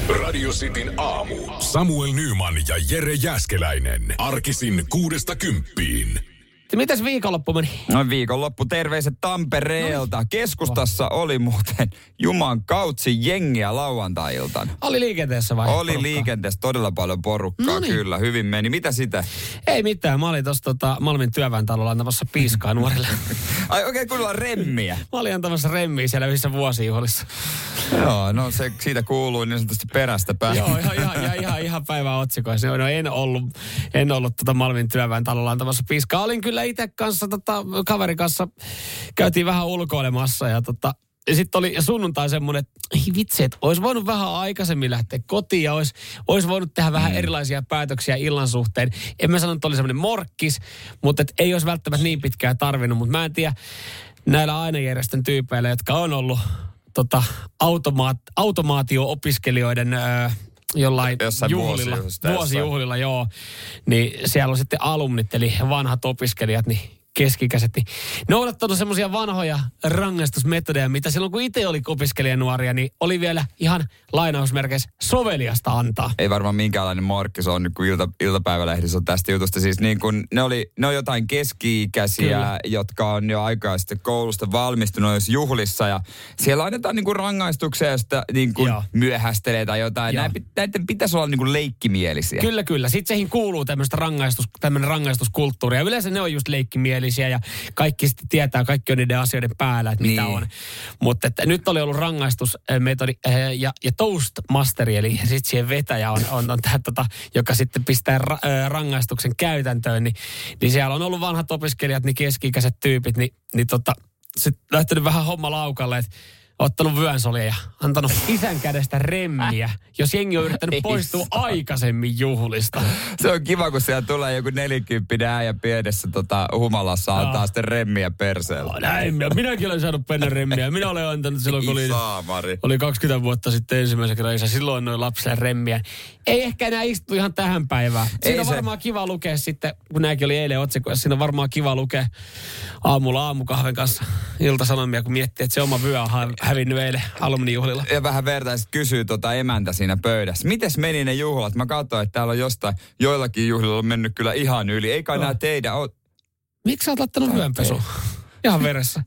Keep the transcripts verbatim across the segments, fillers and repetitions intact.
Radio Cityn aamu. Samuel Nyman ja Jere Jääskeläinen. Arkisin kuudesta kymppiin. Mitäs viikonloppu meni? No viikonloppu terveiset Tampereelta. No. Keskustassa oli muuten Juman kautsi jengiä lauantai-iltana. Oli liikenteessä vai? Oli porukkaa? Liikenteessä todella paljon porukkaa, no niin. Kyllä. Hyvin meni. Mitä sitä? Ei mitään. Mä olin tuossa tota, Malmin työväentalolla antamassa piiskaa nuorille. Ai oikein kuulla remmiä. Mä olin antamassa remmiä siellä yhdessä vuosijuhlissa. Joo, no se siitä kuului niin sanotusti perästä päin. Joo, ihan, ihan, ihan, ihan, ihan päivän otsikoissa. No, en ollut, en ollut tota Malmin työväentalolla antamassa piiskaa. Olin kyllä itse kanssa, tota, kaverin kanssa käytiin vähän ulkoilemassa ja tota, ja sitten oli sunnuntai semmoinen, että ei vitsi, että olisi voinut vähän aikaisemmin lähteä kotiin ja olisi, olisi voinut tehdä vähän mm. erilaisia päätöksiä illan suhteen. En mä sano, että oli semmoinen morkkis, mutta et ei olisi välttämättä niin pitkään tarvinnut. Mutta mä en tiedä näillä ainejärjestön tyypeillä, jotka on ollut tota, automaat, automaatio-opiskelijoiden Öö, jollain jossain juhlilla, vuosijuhlilla, joo, niin siellä on sitten alumnit, eli vanhat opiskelijat, niin keskikäiset, niin noudattanut semmoisia vanhoja rangaistusmetodeja, mitä silloin kun itse oli opiskelijanuoria, niin oli vielä ihan lainausmerkeissä soveliasta antaa. Ei varmaan minkäänlainen morkkis on nyt, kun ilta, iltapäivälehdissä on tästä jutusta. Siis niin kuin, ne, oli, ne on jotain keski-ikäisiä, Kyllä. jotka on jo aikaa sitten koulusta valmistunut jos juhlissa, ja siellä annetaan niin kuin rangaistuksia, josta niin kuin myöhästelee tai jotain. Näin, näiden pitäisi olla niin kuin leikkimielisiä. Kyllä, kyllä. Sitten seihin kuuluu tämmöistä rangaistus, tämmöinen rangaistuskulttuuri, ja yleensä ne on just leikkimielisiä. Ja kaikki sitten tietää, kaikki on niiden asioiden päällä, että mitä niin. on. Mutta nyt oli ollut rangaistusmetodi ja, ja Toastmasteri, eli sitten siihen vetäjä on, on, on tämä, tota, joka sitten pistää ra, rangaistuksen käytäntöön. Niin, niin siellä on ollut vanhat opiskelijat, niin keski-ikäiset tyypit, niin, niin tota, sitten lähtenyt vähän homma laukalle, että ottanut vyönsolia ja antanut isän kädestä remmiä, jos jengi on yrittänyt poistua aikaisemmin juhlista. Se on kiva, kun siellä tulee joku nelikymppinen äijä pienessä tota, humalassa antaa no. sitten remmiä perseellä. No, näin, minäkin olen saanut pennä remmiä. Minä olen antanut silloin, kun oli, oli kaksikymmentä vuotta sitten ensimmäisen kerran isä. Silloin noin lapsille remmiä. Ei ehkä enää istu ihan tähän päivään. Siinä Ei on se. varmaan kiva lukea sitten, kun nämäkin oli eilen otsikoissa, siinä on varmaan kiva lukea aamulla aamukahven kanssa iltasanomia, kun miettii, että se oma vyö on hävinnyt eilen alumnijuhlilla. Ja vähän vertaisit kysyy tuota emäntä siinä pöydässä. Mites meni ne juhlat? Mä katsoin, että täällä on jostain, joillakin juhlilla on mennyt kyllä ihan yli. Eikä no. nämä teidän ole. Miksi sä oot laittanut vyönpesu? Ihan veressä.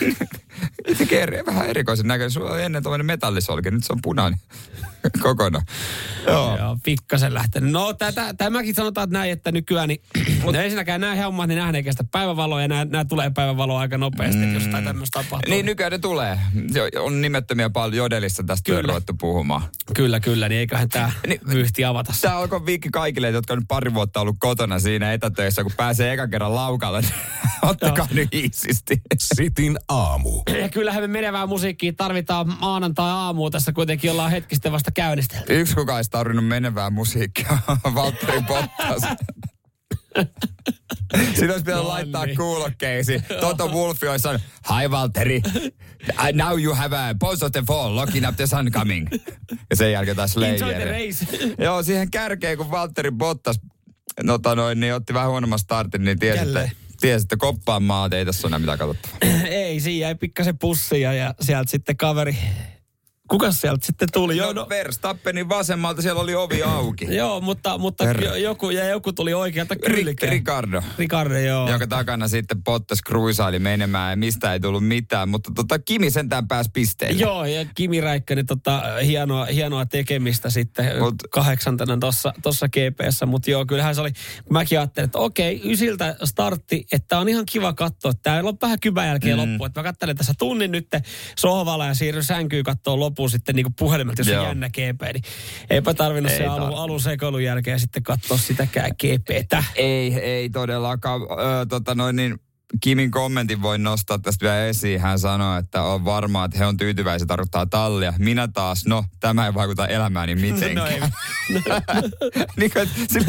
Tekee vähän erikoisen näköinen. Sulla on ennen tuollainen metallisolke, nyt se on punainen kokonaan. Joo. Joo, pikkasen lähtenyt. No tätä, tämäkin sanotaan että näin, että nykyään niin, no ensinnäkään nämä hommat, niin nähdään kestä päivävaloa ja nämä, nämä tulee päivävaloa aika nopeasti, mm. jos jotain tämmöistä tapahtuu. Niin nykyään ne tulee. On nimettömiä paljon jodelissa tästä kyllä. ruvettu puhumaan. Kyllä, kyllä, niin eiköhän tämä niin, vyyhti avata. Tämä olkoon viikki kaikille, jotka on nyt pari vuotta ollut kotona siinä etätöissä, kun pääsee ekan kerran laukalle. Ottakaa nyt iisisti. Cityn aamu. Ja kyllähän me menevää musiikkia tarvitaan maanantai-aamuun. Tässä kuitenkin ollaan hetkisten vasta käynnistelty. Yksi kukaan olisi tarvinnut menevää musiikkia. Valtteri Bottas. Siinä olisi pitänyt no, laittaa niin. kuulokkeisiin. Toto Wolffi olisi sanonut, hi Valtteri, now you have a pose of the fall, locking up the sun coming. Ja sen jälkeen taas Slayer. Enjoy the race. Joo, siihen kärkeen, kun Valtteri Bottas nota noin, niin otti vähän huonomman startin, niin tiesi, että Tiesi, että koppaan maat ei tässä ole enää mitään katsottavaa. Ei, siinä jäi pikkasen pussia ja sieltä sitten kaveri. Kukas sieltä sitten tuli? No, Joo, no Verstappenin vasemmalta siellä oli ovi auki. Joo, mutta, mutta joku, ja joku tuli oikealta kylkeen. Ricardo. Ricardo, joo. Jonka takana sitten Bottas cruisaili menemään ja mistä ei tullut mitään. Mutta tota, Kimi sentään pääsi pisteille. Joo, ja Kimi Räikkönen tota, hienoa, hienoa tekemistä sitten Mut, kahdeksantena tuossa tossa G P:ssä. Mutta joo, kyllähän se oli, mäkin ajattelin, että okei, ysiltä startti, että on ihan kiva katsoa. Täällä on vähän kybän jälkeen mm. loppu. Että mä katselen tässä tunnin nyt sohvalla ja siirryn sänkyyn katsoa loppuun sitten niin kuin puhelimelta, jos on jännä G P, niin eipä tarvinnut ei se alu, alun sekoilun jälkeen sitten katsoa sitäkään G P:tä. Ei, ei todellakaan. Ö, tota noin niin, Kimin kommentin voin nostaa tästä vielä esiin. Hän sanoi, että on varmaa, että he on tyytyväisiä, tarkoittaa tallia. Minä taas, no, tämä ei vaikuta elämääni mitenkään. No ei. niin kuin, sillä,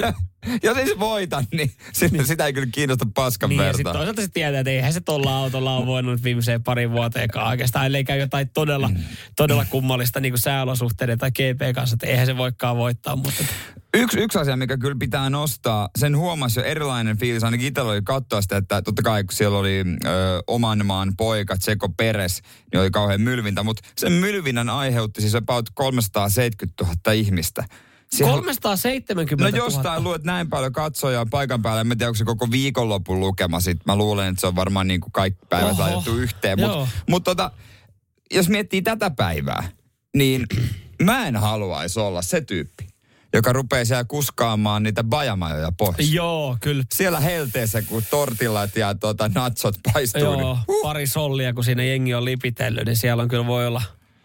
jos ei se voita, niin sitä, sitä ei kyllä kiinnosta paskan niin, verta. ja sitten toisaalta se tietää, että eihän se tuolla autolla ole voinut viimeiseen parin vuoteenkaan oikeastaan, ellei käy jotain todella, mm. todella kummallista niin kuin sääolosuhteiden tai G P kanssa, että eihän se voikaan voittaa. Mutta... Yksi, yksi asia, mikä kyllä pitää nostaa, sen huomasi jo erilainen fiilis, ainakin itsellä oli katsoa sitä, että totta kai kun siellä oli ö, oman maan poika, Checo Perez, niin oli kauhean mylvintä, mutta sen mylvinnän aiheutti siis about kolmesataaseitsemänkymmentätuhatta ihmistä. Siellä, kolmesataaseitsemänkymmentätuhatta? No jostain luet näin paljon katsojaa paikan päällä. En tiedä, onko se koko viikonlopun lukema sit. Mä luulen, että se on varmaan niin kuin kaikki päivät Oho, laitettu yhteen. Mutta mut tota, jos miettii tätä päivää, niin mä en haluaisi olla se tyyppi, joka rupeaa siellä kuskaamaan niitä bajamajoja pois. Joo, kyllä. Siellä helteessä, kun tortillat ja tota, natsot paistuu. Joo, niin, huh. pari sollia, kun siinä jengi on lipitellyt, niin siellä on kyllä voi olla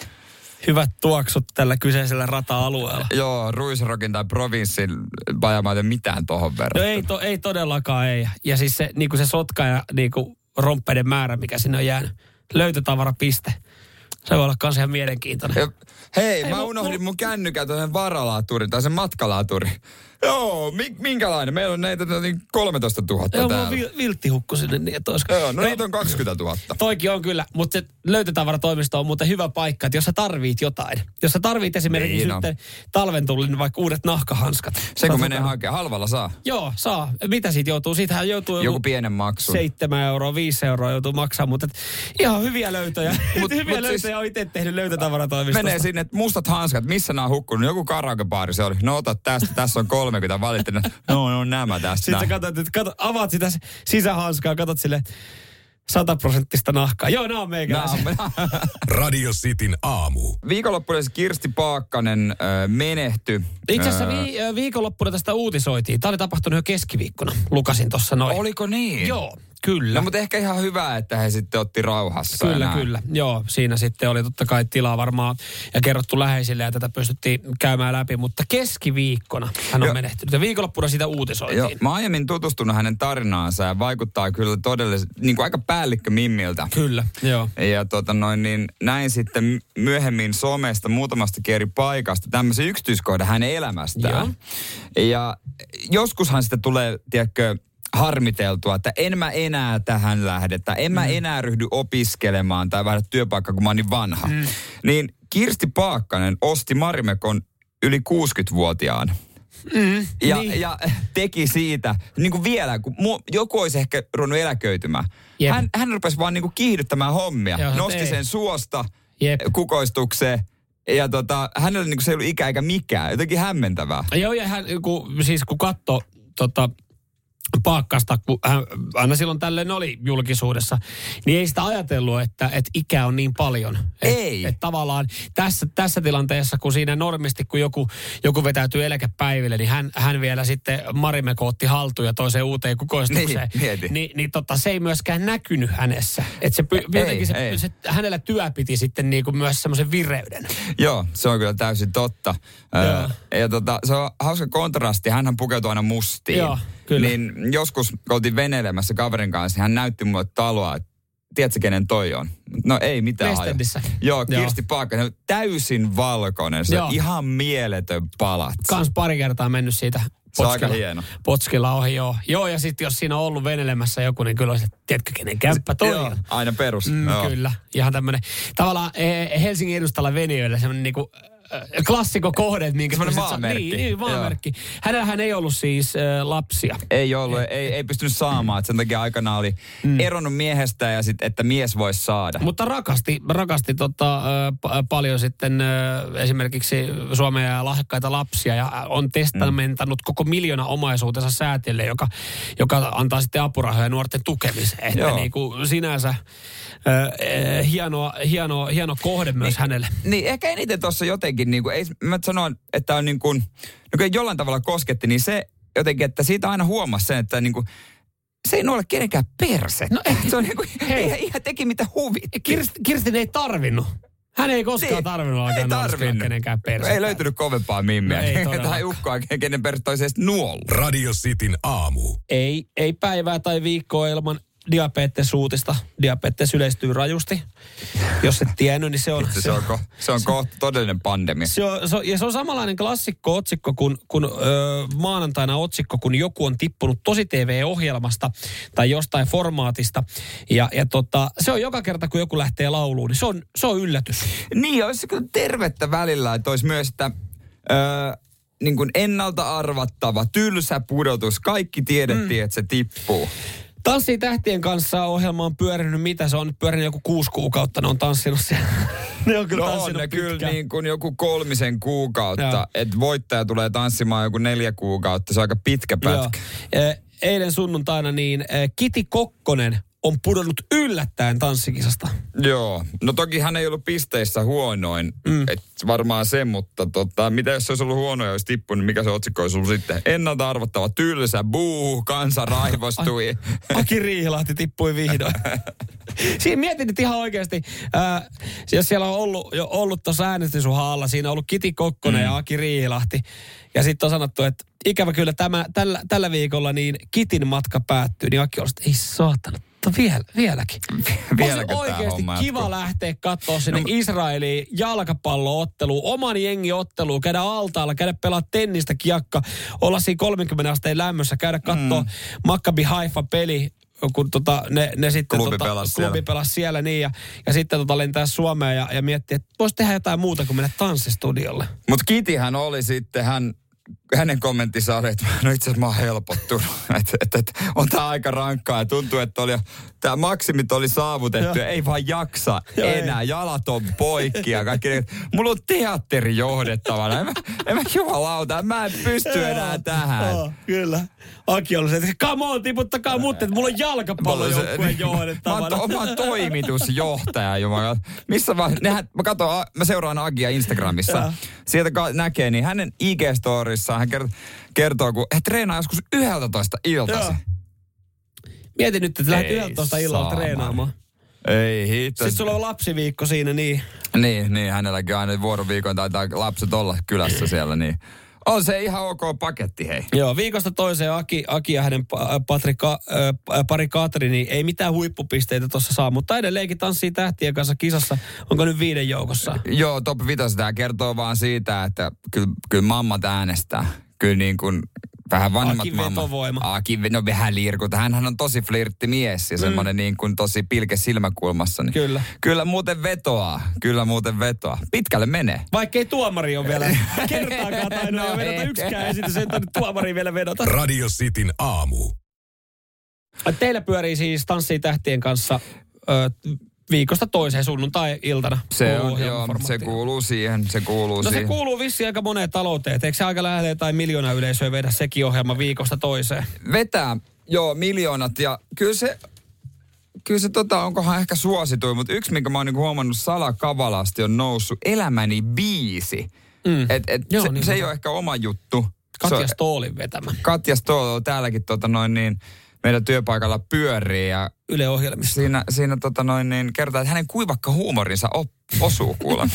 hyvät tuoksut tällä kyseisellä rata-alueella. Joo, Ruisrokin tai Provinssin bajamaat ei mitään tohon verran. No ei, to, ei todellakaan ei. Ja siis se, niinku se sotka ja niinku romppeiden määrä, mikä sinne on jäänyt. Löytötavarapiste. Se voi olla kans ihan mielenkiintoinen. Ja, hei, Ei, mä mu- unohdin mu- mun kännykän tuollaisen varalaturin tai sen matkalaaturi. Joo, mi- minkälainen? Meillä on näitä niin kolmetoistatuhatta Joo, täällä. mulla on vi- vilttihukku sinne niin, että olisiko. Joo, no niitä on kaksikymmentätuhatta. Toikin on kyllä, mutta se löytötavaratoimisto on muuten hyvä paikka, että jos sä tarvit jotain. Jos sä tarvit esimerkiksi Niin, no. sitten talven tullin vaikka uudet nahkahanskat. Se kun Sä menee tota- hakemaan, halvalla saa. Joo, saa. Mitä siitä joutuu? Siitähän joutuu Joku pienen maksun. seitsemän euroa, viisi euroa joutuu maksamaan, mutta et, ihan hyviä löytöjä. Mut- hyviä mut löytöjä siis- on itse tehnyt löytötavaratoimistosta. Menee sinne, että mustat hanskat, missä nämä on hukkunut? Joku karaokebaari se oli. No ota tästä, tässä on kolmekymmentä valitti. No, no nämä tästä. Sitten sä katsot, että katsot, avaat sitä sisähanskaa, katsot sille sataprosenttista nahkaa. Joo, nämä on meikäläisiä. Radio Cityn aamu. Viikonloppuna Kirsti Paakkanen äh, menehtyi. Itse asiassa vi- viikonloppuna tästä uutisoitiin. Tämä oli tapahtunut jo keskiviikkona. Lukasin tuossa noin. Oliko niin? Joo, kyllä. No mutta ehkä ihan hyvä, että he sitten otti rauhassa. Kyllä, enää. kyllä. Joo, siinä sitten oli totta kai tilaa varmaan ja kerrottu läheisille ja tätä pystyttiin käymään läpi, mutta keskiviikkona hän on Joo. menehtynyt. Ja viikonloppuna sitä uutisoitiin. Joo, mä aiemmin tutustunut hänen tarinaansa ja vaikuttaa kyllä todellisesti, niin kuin aika päällikkö Mimmiltä. Kyllä, joo. Ja tota noin, niin näin sitten myöhemmin somesta muutamasta eri paikasta tämmöisen yksityiskohdan hänen elämästään. Joo. Ja joskushan sitten tulee, tiedätkö, harmiteltua, että en mä enää tähän lähdetä, en mä mm. enää ryhdy opiskelemaan tai vaihda työpaikkaa, kun mä oon niin vanha. Mm. Niin Kirsti Paakkanen osti Marimekon yli kuusikymmentävuotiaana. Mm, Ja, niin. ja teki siitä, niin kuin vielä, kun mu, joku olisi ehkä ruvennut eläköitymään. Jep. Hän, hän rupesi vaan niin kuin kiihdyttämään hommia. Joo, Nosti ei. sen suosta Jep. kukoistukseen. Ja tota, hänellä niin kuin se ei ollut ikä eikä mikään. Jotenkin hämmentävää. Joo, ja hän, kun, siis kun katsoo tota, Paakkasta, kun hän aina silloin tälleen oli julkisuudessa, niin ei sitä ajatellut, että, että ikä on niin paljon. Et, Ei. Että tavallaan tässä, tässä tilanteessa, kun siinä normisti, kun joku, joku vetäytyy eläkepäiville, niin hän, hän vielä sitten Marimekko otti haltuun ja toiseen uuteen kukoistukseen. Niin, mieti. Ni, niin tota, se ei myöskään näkynyt hänessä. Että se, Ei, jotenkin se, ei. se, hänellä työ piti sitten niin kuin myös semmoisen vireyden. Joo, se on kyllä täysin totta. Joo. Ö, ja tota, se on hauska kontrasti. Hänhän pukeutuu aina mustiin. Joo, kyllä. Niin joskus, kun oltiin veneilemässä kaverin kanssa, niin hän näytti mulle taloa, että tiedätkö kenen toi on? No ei mitään. Westendissä. Joo, Kirsti Joo. Paakkanen, täysin valkoinen. Se Joo. on ihan mieletön palatsi. Kans pari kertaa mennyt siitä Se on aika Potskilla, hieno. Potskilla ohi, joo. Joo, ja sitten jos siinä on ollut venelemässä joku, niin kyllä olisi, että tiedätkö kenen kämppä toi Joo, on? aina perus. Mm, Joo. kyllä, ihan tämmöinen. Tavallaan eh, Helsingin edustalla venijöillä semmoinen niinku äh, klassikko kohde, että minkä... Semmoinen pystyt sa- maamerkki. Niin, niin maamerkki. Hänellähän ei ollut siis äh, lapsia. Ei ollut, ei, ei pystynyt saamaan. Että sen takia aikana oli mm. eronnut miehestä ja sit, että mies voisi saada. Mutta rakasti, rakasti tota, äh, pa- paljon sitten äh, esimerkiksi Suomea ja lahjakkaita lapsia ja on testamentanut mm. koko miljoona omaisuutensa säätiölle, joka, joka antaa sitten apurahoja nuorten tukemiseen. Että Joo. niin kuin sinänsä äh, äh, hieno, hieno, hieno kohde myös niin, hänelle. Niin, ehkä eniten tuossa jotenkin, niin kuin, ei, mä sanon, että on niin kuin, niin kuin jollain tavalla kosketti, niin se jotenkin, että siitä aina huomasi sen, että niin kuin, se ei ole kenenkään persettä. No ei. Se on niin kuin, Hei. ihan, ihan teki mitä huvit. Kirst, Kirstin ei tarvinnut. Hän ei koskaan Niin, tarvinnut ei alkaa tarvinnut. nouskella kenenkään persettä. Ei löytynyt kovempaa mimmiä. No ei todellakaan. tai ukkoa, kenen persettä olisi edes nuollut. Radio Cityn aamu. Ei, ei päivää tai viikkoa ilman diabetesuutista. Diabetes yleistyy rajusti. Jos et tiennyt, niin se on... Se, se on, ko, se on kohta todellinen pandemia. Se on, se on, ja se on samanlainen klassikko-otsikko kuin, kuin öö, maanantaina otsikko, kun joku on tippunut tosi T V-ohjelmasta tai jostain formaatista. Ja, ja tota, se on joka kerta, kun joku lähtee lauluun, niin se on, se on yllätys. Niin, olisi kyllä tervettä välillä, että olisi myös, että... Öö, niin kuin ennalta arvattava, tylsä pudotus. Kaikki tiedettiin, mm. että se tippuu. Tanssii tähtien kanssa ohjelma on pyörinyt, mitä se on nyt pyörinyt joku kuusi kuukautta, ne on tanssinut siellä. Ne on kyllä no tanssinut on ne pitkään. kyllä niin kuin joku kolmisen kuukautta, että voittaja tulee tanssimaan joku neljä kuukautta, se on aika pitkä pätkä. Joo. Eilen sunnuntaina niin Kiti Kokkonen on pudonnut yllättäen tanssikisasta. Joo, no toki hän ei ollut pisteissä huonoin, mm. et varmaan se, mutta tota, mitä jos se olisi ollut huono ja olisi tippunut, niin mikä se otsikko olisi ollut sitten? Ennalta arvottava, tylsä, buu, kansa raivostui. Aki Riihilahti tippui vihdoin. Siinä mietin nyt ihan oikeasti, äh, jos siellä on ollut, jo ollut tuossa äänestysuhan alla, siinä on ollut Kiti Kokkonen mm. ja Aki Riihilahti. Ja sitten on sanottu, että ikävä kyllä tämä, tällä, tällä viikolla niin Kitin matka päättyy, niin Aki on että ei saatana. Vielä, vieläkin. Vieläkö olisi oikeasti kiva jatkuu? Lähteä katsoa sinne no, Israeliin jalkapallo-otteluun, oman jengi otteluun, käydä altaalla, käydä pelaa tennistä kiekka, olla siinä kolmekymmentä asteen lämmössä, käydä katsoa mm. Maccabi Haifa-peli, kun tota, ne, ne sitten klubi tota, pelasi klubi siellä, pelasi siellä niin, ja, ja sitten tota, lentää Suomeen ja, ja miettiä, että voisi tehdä jotain muuta kuin mennä tanssistudiolle. Mutta Kitihän oli sitten, hän hänen kommenttinsa oli, että no itse asiassa mä oon helpottunut, että et, et, on tää aika rankkaa ja tuntuu, että oli, tää maksimit oli saavutettu ja ei vaan jaksa Joo, enää, ei. Jalat on poikki ja kaikki. Mulla on teatteri johdettavana, en mä, en mä jumalauta, mä en pysty enää tähän. Joo, kyllä. Aki oli se, että come on, tiputtakaa mut, että mulla on jalkapallojoukkueen johdettavana. Mä oon toimitusjohtaja, jumala. Missä vaan, nehän, mä katson, mä seuraan Agia Instagramissa. Ja. Sieltä ka- näkee, niin hänen I G-storissaan hän kertoo, kertoo kun he treenaa joskus yhdeltätoista iltaisin. Mietin nyt, että lähdet yhdeltätoista illalla treenaamaan. Ei hitto. Sitten sulla on lapsiviikko siinä, niin. Niin, niin hänelläkin aina vuoroviikon taitaa lapset olla kylässä siellä, niin. On se ihan ok paketti, hei. Joo, viikosta toiseen Aki, Aki ja hänen Patri, Ka, äh, pari Katri, niin ei mitään huippupisteitä tuossa saa, mutta edelleenkin tanssii tähtien kanssa kisassa. Onko nyt viiden joukossa? Joo, top vitos. Tämä kertoo vaan siitä, että kyllä, kyllä mammat äänestää. Kyllä niin kuin vähän vanhemmat Aki mammat. vetovoima. Aki, no vähän liirkuta. Hänhän on tosi flirttimies ja mm. semmoinen niin kuin tosi pilke silmäkulmassa. Niin kyllä. Kyllä muuten vetoaa. Kyllä muuten vetoaa. Pitkälle menee. Vaikka ei tuomari ole vielä kertaakaan tainnut no, vedota yksikään esitys, ei tarvitse tuomariin vielä vedota. Radio Cityn aamu. Teillä pyörii siis Tanssii tähtien kanssa ö, viikosta toiseen sunnuntai-iltana. Se on, joo, se kuuluu siihen, se kuuluu no siihen. se kuuluu vissiin aika moneen talouteen. Eikö se aika lähellä jotain miljoona yleisöä vedä sekin ohjelma viikosta toiseen? Vetää, joo, miljoonat ja kyllä se, kyllä se tota, onkohan ehkä suosituin, mutta yksi, minkä mä oon niinku huomannut salakavalasti on noussut Elämäni biisi. Mm. Et, et joo, se, niin se ei ole ehkä oma juttu. Katja Stoolin vetämä. Katja Stool on täälläkin tota noin niin, meidän työpaikalla pyörii ja Yle ohjelmista. Siinä, siinä tota noin niin kertaa, että hänen kuivakka huumorinsa op, osuu kuulemma.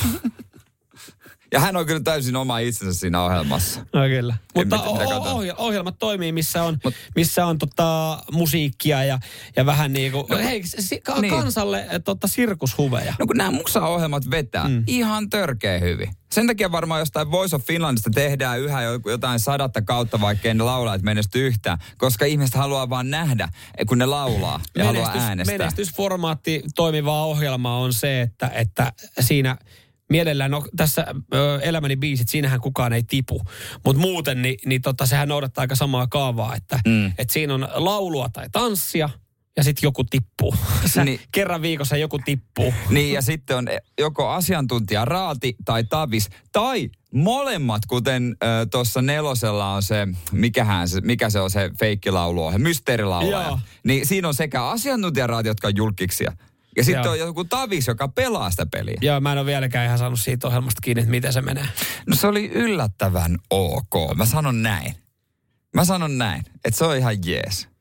Ja hän on kyllä täysin oma itsensä siinä ohjelmassa. No kyllä. Mutta oh- ohjelmat toimii, missä on, Mut, missä on tota, musiikkia ja, ja vähän niin kuin, no, hei, si- ka- niin. kansalle tota, sirkushuveja. No kun nämä musa-ohjelmat vetää mm. ihan törkeä hyvin. Sen takia varmaan jostain Voice of Finlandista tehdään yhä jotain sadatta kautta, vaikka ne laulajat menesty yhtään. Koska ihmiset haluaa vaan nähdä, kun ne laulaa ja Menestys, haluaa äänestää. Menestysformaatti toimivaa ohjelmaa on se, että, että siinä mielellään, no tässä ö, Elämäni biisit, siinähän kukaan ei tipu. Mutta muuten, niin, niin tota, sehän noudattaa aika samaa kaavaa, että mm. et siinä on laulua tai tanssia ja sitten joku tippuu. Sä, niin. Kerran viikossa joku tippuu. Niin ja sitten on joko asiantuntija Raati tai Tavis tai molemmat, kuten äh, tuossa nelosella on se, mikähän se, mikä se on se feikkilauluohje, mysteerilaulaja. Niin siinä on sekä asiantuntija Raati, jotka on julkiksia. Ja sitten on joku Tavis, joka pelaa sitä peliä. Joo, mä en ole vieläkään ihan saanut siitä ohjelmasta kiinni, että miten se menee. No se oli yllättävän ok. Mä sanon näin. Mä sanon näin, että se on ihan jees.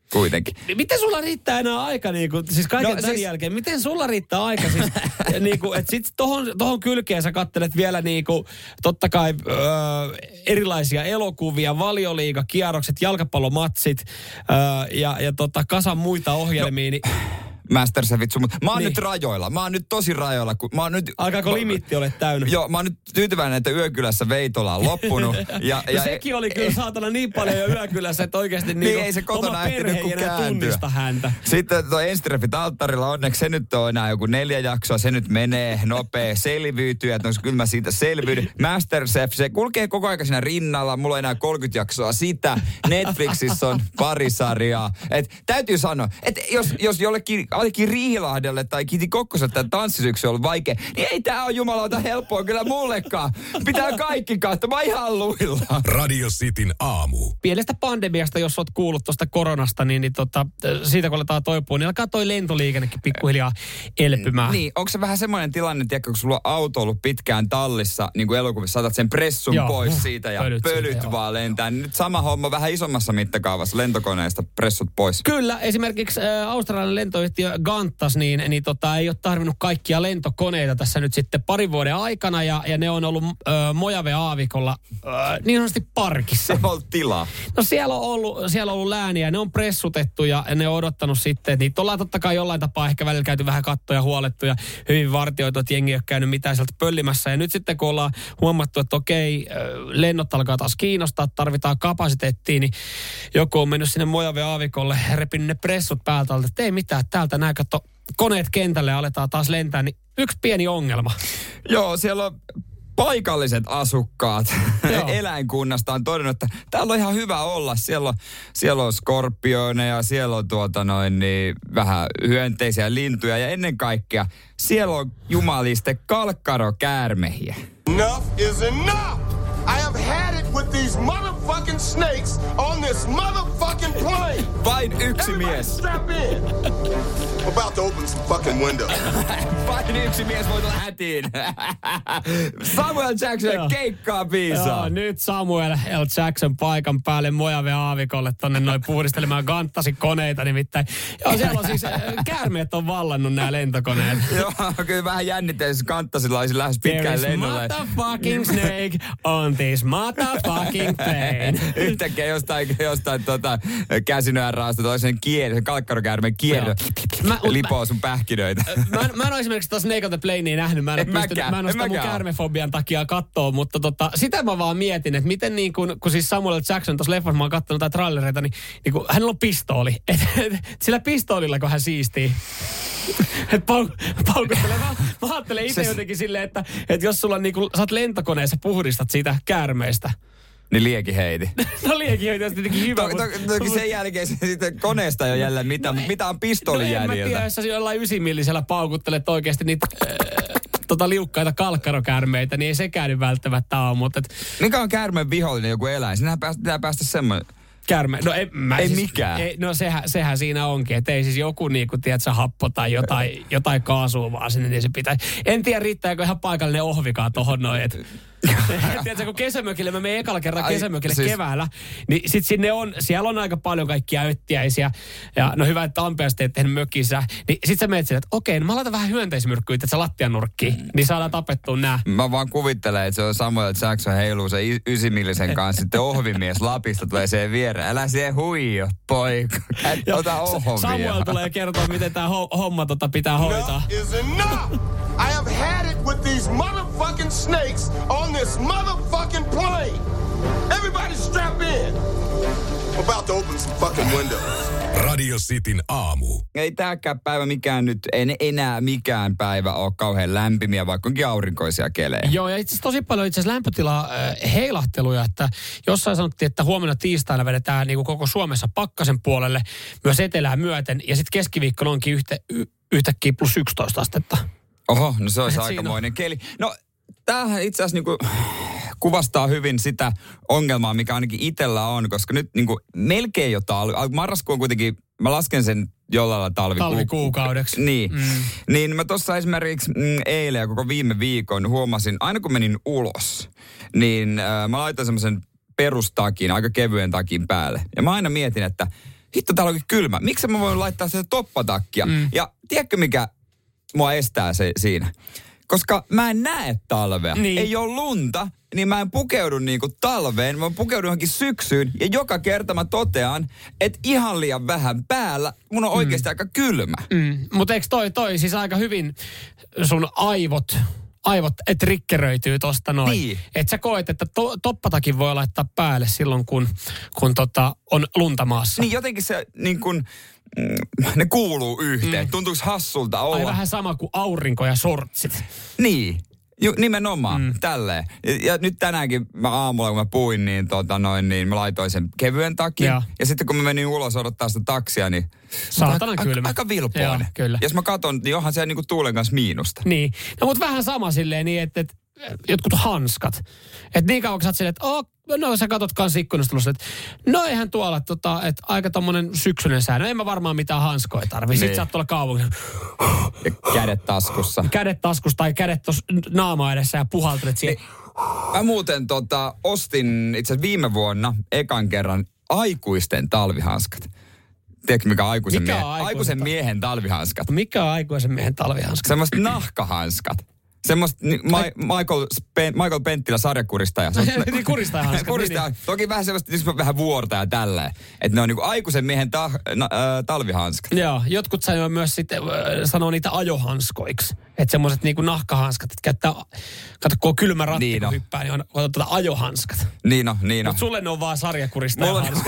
kuitenkin. Miten sulla riittää enää aika, niin kuin, siis kaiken no, tämän siis... jälkeen, miten sulla riittää aika, siis, niin kuin, että sit tohon, tohon kylkeen sä kattelet vielä niin kuin, totta kai öö, erilaisia elokuvia, valioliigakierrokset, jalkapallomatsit öö, ja, ja tota, kasan muita ohjelmia, no. niin... Masterchefit sun, mutta mä oon niin. nyt rajoilla. Mä oon nyt tosi rajoilla. Kun mä oon nyt, alkaako mä, limitti ole täynnä? Joo, mä oon nyt tyytyväinen, että Yökylässä Veitola on loppunut. ja, ja, ja sekin oli kyllä saatana niin paljon jo Yökylässä, että oikeasti niin niinku, ei se kotona ehtinyt kun kääntyä. Tunnista häntä. Sitten tuo Enstrefit alttarilla, onneksi se nyt on enää joku neljä jaksoa, se nyt menee nopea, selviytyy, että no, kyllä mä siitä selviydy. Masterchef, se kulkee koko ajan siinä rinnalla, mulla on enää kolmekymmentä jaksoa sitä. Netflixissä on pari sarjaa. Et, täytyy sanoa, että jos, jos jollekin ainakin Riihilahdelle tai Kiti Kokkoselle tämä tanssisyksy on ollut vaikea, niin ei tää ole jumalauta helppoa kyllä mullekaan. Pitää kaikki katsoa, mä ihan luilla. Radio Cityn aamu. Pienestä pandemiasta, jos oot kuullut tuosta koronasta, niin, niin tota, siitä kun aletaan toipua, niin alkaa toi lentoliikennekin pikkuhiljaa elpymään. Niin, onko se vähän semmoinen tilanne, tiedätkö, kun sulla on auto ollut pitkään tallissa, niin kuin elokuvissa, saatat sen pressun Joo, pois siitä ja pölyt, pölyt siitä, vaan lentää. Nyt sama homma vähän isommassa mittakaavassa lentokoneesta pressut pois. Kyllä, esimerkiksi äh, australialainen lentoyhtiö Qantas, niin, niin tota, ei ole tarvinnut kaikkia lentokoneita tässä nyt sitten parin vuoden aikana, ja, ja ne on ollut äh, Mojave-aavikolla äh, niin sanotusti parkissa. Se on ollut tilaa. No siellä on ollut, siellä on ollut lääniä, ne on pressutettu ja ne on odottanut sitten, että niitä ollaan totta kai jollain tapaa ehkä välillä käyty vähän kattoja huolettu ja hyvin vartioitu, että jengi ei ole käynyt mitään sieltä pöllimässä. Ja nyt sitten kun ollaan huomattu, että okei, lennot alkaa taas kiinnostaa, tarvitaan kapasiteettia, niin joku on mennyt sinne Mojave-aavikolle, repinyt ne pressut päältä, että ei mitään, täältä nää katso koneet kentälle ja aletaan taas lentää, niin yksi pieni ongelma. Joo, siellä on paikalliset asukkaat eläinkunnasta on todennut, että täällä on ihan hyvä olla. Siellä on, siellä on skorpioneja, siellä on tuota noin niin, vähän hyönteisiä lintuja ja ennen kaikkea siellä on jumaliste kalkkarokäärmehiä. Enough is enough! I have had it with these motherfucking snakes on this motherfucking plane. Vain yksi mies. Strap in. I'm about to open some fucking windows. Vain yksi mies voi tulla hätiin. Samuel Jackson keikkaa biisaa. Joo, nyt Samuel L. Jackson paikan päälle Mojave-aavikolle tonne noin puhdistelemaan Qantasin-koneita nimittäin. Joo, siellä on siis käärmeet on vallannut nämä lentokoneet. Joo, kyllä vähän jännitteessä, jos Qantasilla olisi lähes pitkään lennolle. There is motherfucking snake on this motherfucking plane. Yhtäkkiä jostain, jostain tota, käsinöä raasta toisen kieli, sen kalkkarokäärmeen kieli. Lipoo sun pähkinöitä. Mä, mä en ole esimerkiksi tuossa Snake on the Planea nähnyt. Mä en, en, pystynyt, mä en ole sitä mun käärmefobian takia kattoo, mutta tota, sitä mä vaan mietin, että miten niin kun, kun siis Samuel Jackson tuossa leffassa, mä oon kattonut jotain trailereita, niin, niin kun hänellä on pistooli. Et, et, sillä pistoolilla, kun hän siistii. Että pauk- paukuttelee. Mä, mä ajattelen itse jotenkin silleen, että, että jos sulla on niin kun, sä oot lentokoneessa, puhdistat siitä käärmeestä. Niin lieki heiti. No lieki heiti on tietenkin hyvä. To, to, to, sen jälkeen sitten koneesta jo jälleen, mitä, no, mitä on pistoolin jäljiltä. No en mä tiedä, jos sä jollain ysimillisellä paukuttelet oikeasti niitä äh, tota liukkaita kalkkarokäärmeitä, niin ei sekään nyt välttämättä ole. Mutta et... Mikä on käärmeen vihollinen joku eläin? Sinähän päästä, pitää päästä semmoinen. Käärme. No ei, mä ei siis, mikään. Ei, no sehän, sehän siinä onkin, että ei siis joku niinku, tiedätkö, happo tai jotain, jotain kaasua vaan sinne, niin se pitää. En tiedä, riittääkö ihan paikallinen ohvikaan tohon noin, että tiedätkö, kun kesämökille, mä menen ekalla kerran kesämökille siis... keväällä, niin sit sinne on, siellä on aika paljon kaikkia öttiäisiä, ja no hyvä, että Tampeesta et tehnyt mökissä, niin sit sä menet silleen, että okei, no mä laitan vähän hyönteismyrkkyä, että sä lattianurkkiin, mm. niin saadaan tapettua nää. Mä vaan kuvittelen, että se on Samuel Jackson heiluu se ysimillisen kanssa, sitten ohvimies Lapista tulee siihen viereen. Älä siihen huijo, poika. Ota ohvia. Samuel tulee kertoa, miten tää ho- homma tota pitää hoitaa. Enough is enough! I have had it with these motherfucking snakes on this motherfucking plane. Everybody strap in. I'm about to open some fucking windows. Radio Cityn aamu. Ei tääkään päivä mikään nyt, en enää mikään päivä ole kauhean lämpimiä, vaikka onkin aurinkoisia kelejä. Joo, ja itse asiassa tosi paljon itse asiassa lämpötilaa äh, heilahteluja, että jossain sanottiin, että huomenna tiistaina vedetään niin kuin koko Suomessa pakkasen puolelle, myös etelää myöten, ja sitten keskiviikkona onkin yhtä, y, yhtäkkiä plus yksitoista astetta. Oho, no se olisi aikamoinen keli. No, tämähän itse asiassa niinku kuvastaa hyvin sitä ongelmaa, mikä ainakin itsellä on, koska nyt niinku melkein jo talvi. Marraskuu on kuitenkin, mä lasken sen jollain lailla talvi talvikuukaudeksi. Niin. Mm. Niin mä tuossa esimerkiksi mm, eilen ja koko viime viikon huomasin, aina kun menin ulos, niin äh, mä laitoin semmoisen perustakin, aika kevyen takin päälle. Ja mä aina mietin, että hitto täällä onkin kylmä. Miksi mä voin laittaa sitä toppatakkia? Mm. Ja tiedätkö mikä mua estää se siinä? Koska mä en näe talvea. Niin. Ei ole lunta, niin mä en pukeudu niinku talveen. Mä pukeudun johonkin syksyyn. Ja joka kerta mä totean, että ihan liian vähän päällä. Mun on oikeasti mm. aika kylmä. Mm. Mutta eikö toi, toi siis aika hyvin sun aivot... aivot trikkeröityy tosta noin. Niin. Että sä koet, että to, toppatakin voi laittaa päälle silloin, kun, kun tota, on lunta maassa. Niin jotenkin se niin kun, mm, ne kuuluu yhteen. Mm. Tuntuuko hassulta olla? Ai vähän sama kuin aurinko ja sortsit. Niin. Ju, nimenomaan, mm. tälleen. Ja, ja nyt tänäänkin mä aamulla, kun mä puin, niin, tota noin, niin mä laitoin sen kevyen takin. Ja, ja sitten kun mä menin ulos odottaa sitä taksia, niin... Saatana aika, kylmä. Aika vilpoinen. Joo, kyllä. Jos mä katon, niin onhan se niinku tuulen kanssa miinusta. Niin. No mutta vähän sama silleen niin, että, että jotkut hanskat. Että niin kauan kun sä oot silleen, että oh, no sä katot kans ikkunasta, että no eihän tuolla, tota, että aika tommonen syksyinen sää. No en mä varmaan mitään hanskoja tarvii. Niin. Sitten sä oot tuolla kaupungissa. Ja kädet taskussa. Kädet taskussa tai kädet tuossa naama edessä ja puhaltelet siihen. Niin, mä muuten tota, ostin itse asiassa viime vuonna ekan kerran aikuisten talvihanskat. Tiedätkö mikä on aikuisen, mikä miehen, on aikuisen miehen talvihanskat? Mikä on aikuisen miehen talvihanskat? Semmoiset nahkahanskat. Semmoista ni, Ma, Michael, Spen, Michael Penttilä sarjakuristaja. Niin kuristajahanskat. Kuristaja. Niin. Toki vähän semmoista, niin vähän vuorta ja tälleen. Että ne on niinku aikuisen miehen ta, na, äh, talvihanskat. Joo, jotkut sanoo myös sitten, äh, sanoo niitä ajohanskoiksi. Että semmoiset niinku nahkahanskat, että käyttää, kato kun on kylmä ratti, niin kun hyppää, niin on, on tuota ajohanskat. Niin on, niin on. Mutta sulle ne on vaan sarjakuristajahanskat.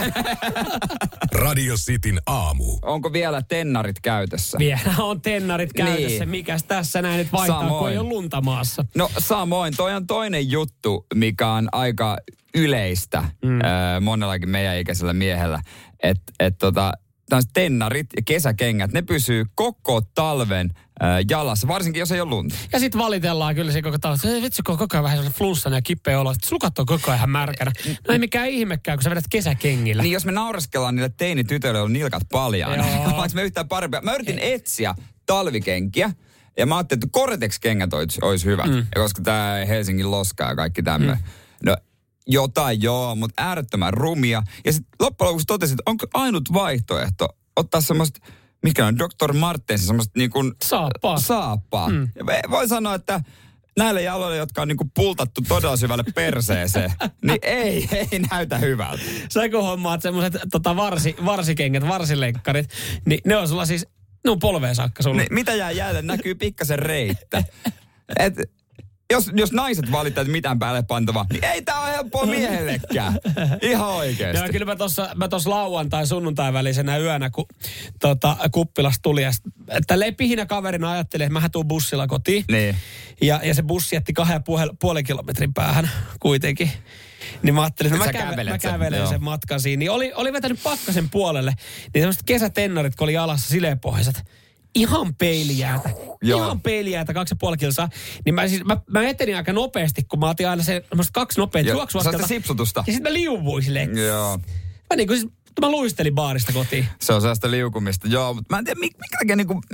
Radio Cityn aamu. Onko vielä tennarit käytössä? Vielä on tennarit käytössä. Niin. Mikäs tässä näin nyt vaihtaa, Samoin. kun ei ole lunta maassa? No samoin. Toi on toinen juttu, mikä on aika yleistä mm. äh, monellakin meidän ikäisellä miehellä. Että et tota, tennarit ja kesäkengät, ne pysyy koko talven äh, jalassa, varsinkin jos ei ole lunta. Ja sitten valitellaan kyllä se koko talven, että vitsi kun on koko ajan vähän sellainen flunssan ja kipeä olo, että sukat on koko ajan märkänä. No ei mikään ihmekään, kun sä vedät kesäkengillä. Niin jos me naureskellaan niille teinitytöille, on nilkat paljaana. Ollaanko me yhtään parempia? Mä yritin etsiä talvikenkiä. Ja mä ajattelin, että Gore-Tex-kengät olisi, olisi hyvät. Mm. Ja koska tää Helsingin loska ja kaikki tämmöinen. Mm. No jotain joo, mutta äärettömän rumia. Ja sitten loppujen lopuksi totesin, että onko ainut vaihtoehto ottaa semmoista, mikä on doktor Martensin, semmoista niin kuin... Saappaa. Saappaa. Mm. Ja voi sanoa, että näille jaloille, jotka on niin kuin pultattu todella syvälle perseeseen, niin ei, ei näytä hyvältä. Sä kun hommaat semmoiset tota varsi, varsikengät, varsilenkkarit, niin ne on sulla siis... Ne on polveen saakka sulla. Ne, mitä jää jäljellä? Näkyy pikkasen reittä. Et, jos, jos naiset valittaa, että mitään päälle pantavaa, niin ei tää ole helppoa miehellekään. Ihan oikeesti. Joo, kyllä mä tossa, mä tossa lauantai sunnuntai välisenä yönä, kun tota, kuppilas tuli. Ja että lepihinä kaverina ajattelin, että mähän tuun bussilla kotiin. Niin. Ja, ja se bussi jätti kahden ja puolen, puolen kilometrin päähän kuitenkin. Niin mä ajattelin, että mä, käve, mä kävelen sen, sen matkan siinä. Niin oli, oli vetänyt pakkasen puolelle. Niin semmoiset kesätennarit, kun oli jalassa sileepohjaiset. Ihan peilijäätä. Joo. Ihan peilijäätä, kaksi ja puoli kilsaa. Niin mä, siis, mä, mä etenin aika nopeasti, kun mä otin aina se kaksi nopeita juoksuaskelta. Sipsutusta. Ja sitten mä liuvuin silleen. Joo. Mä niin kuin siis, mä luistelin baarista kotiin. Se on sellaista liukumista. Joo, mutta mä en tiedä, mikä takia niin kuin,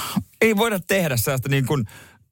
ei voida tehdä sellaista niin kuin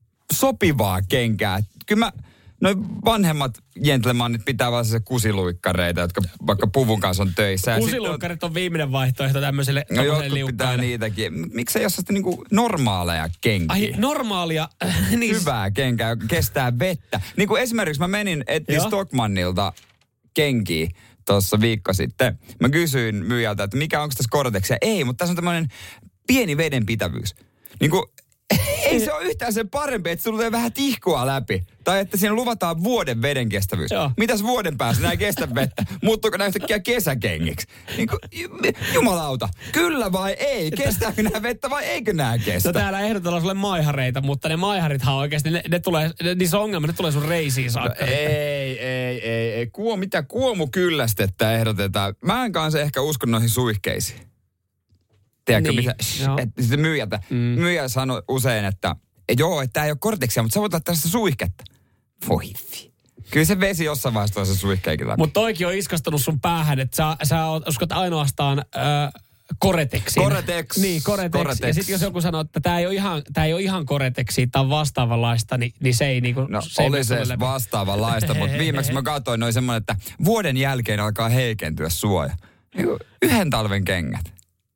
sopivaa kenkää. Kyllä mä... Noin vanhemmat gentlemanit pitää vaan se kusiluikkareita, jotka vaikka puvun kanssa on töissä. Kusiluikkarit on viimeinen vaihtoehto tämmöiselle no jotkut pitää niitäkin. Miksei jos sitten niinku normaaleja kenkiä? Ai normaalia? niin. Hyvää kenkää, joka kestää vettä. Niin kuin esimerkiksi mä menin etsiä Stockmannilta kenkiä tuossa viikko sitten. Mä kysyin myyjältä, että mikä onko tässä Gore-Texia? Ei, mutta tässä on tämmöinen pieni vedenpitävyys. Niin kuin ei se ole yhtään sen parempi, että sulla tulee vähän tihkua läpi. Tai että siinä luvataan vuoden veden kestävyys. Joo. Mitäs vuoden päästä nämä kestä vettä? Muuttuuko nämä yhtäkkiä kesäkengiksi? Niin kuin, jumalauta, kyllä vai ei? Kestääkö nämä vettä vai eikö nämä kestä? No täällä ehdotellaan sulle maihareita, mutta ne maiharithan oikeasti, ne, ne tulee, ne, niissä on ongelma, ne tulee sun reisiin saakka. No, ei, ei, ei, ei. Kuo, mitä kuomukyllästettä ehdotetaan? Mä en kanssa ehkä usko noihin suihkeisiin. Tiedätkö, niin, mitä, että sitten myyjältä, mm. myyjä sanoi usein, että joo, että tämä ei ole Gore-Texia, mutta sä voit laittaa sitä suihketta. Voi vi. Kyllä se vesi jossain vaiheessa se suihkeikin läpi. Mutta toikin on iskastunut sun päähän, että sä, sä uskot ainoastaan äh, Gore-Texin. Gore-Tex. Niin, Gore-Tex. Gore-Tex. Ja sitten jos joku sanoo, että tämä ei ole ihan, tää ei ole ihan Gore-Texia, tämä on vastaavanlaista, niin, niin se ei niinku... No se oli ei se vastaavanlaista, mutta viimeksi mä katsoin noin semmoinen, että vuoden jälkeen alkaa heikentyä suoja. Yhden talven kengät.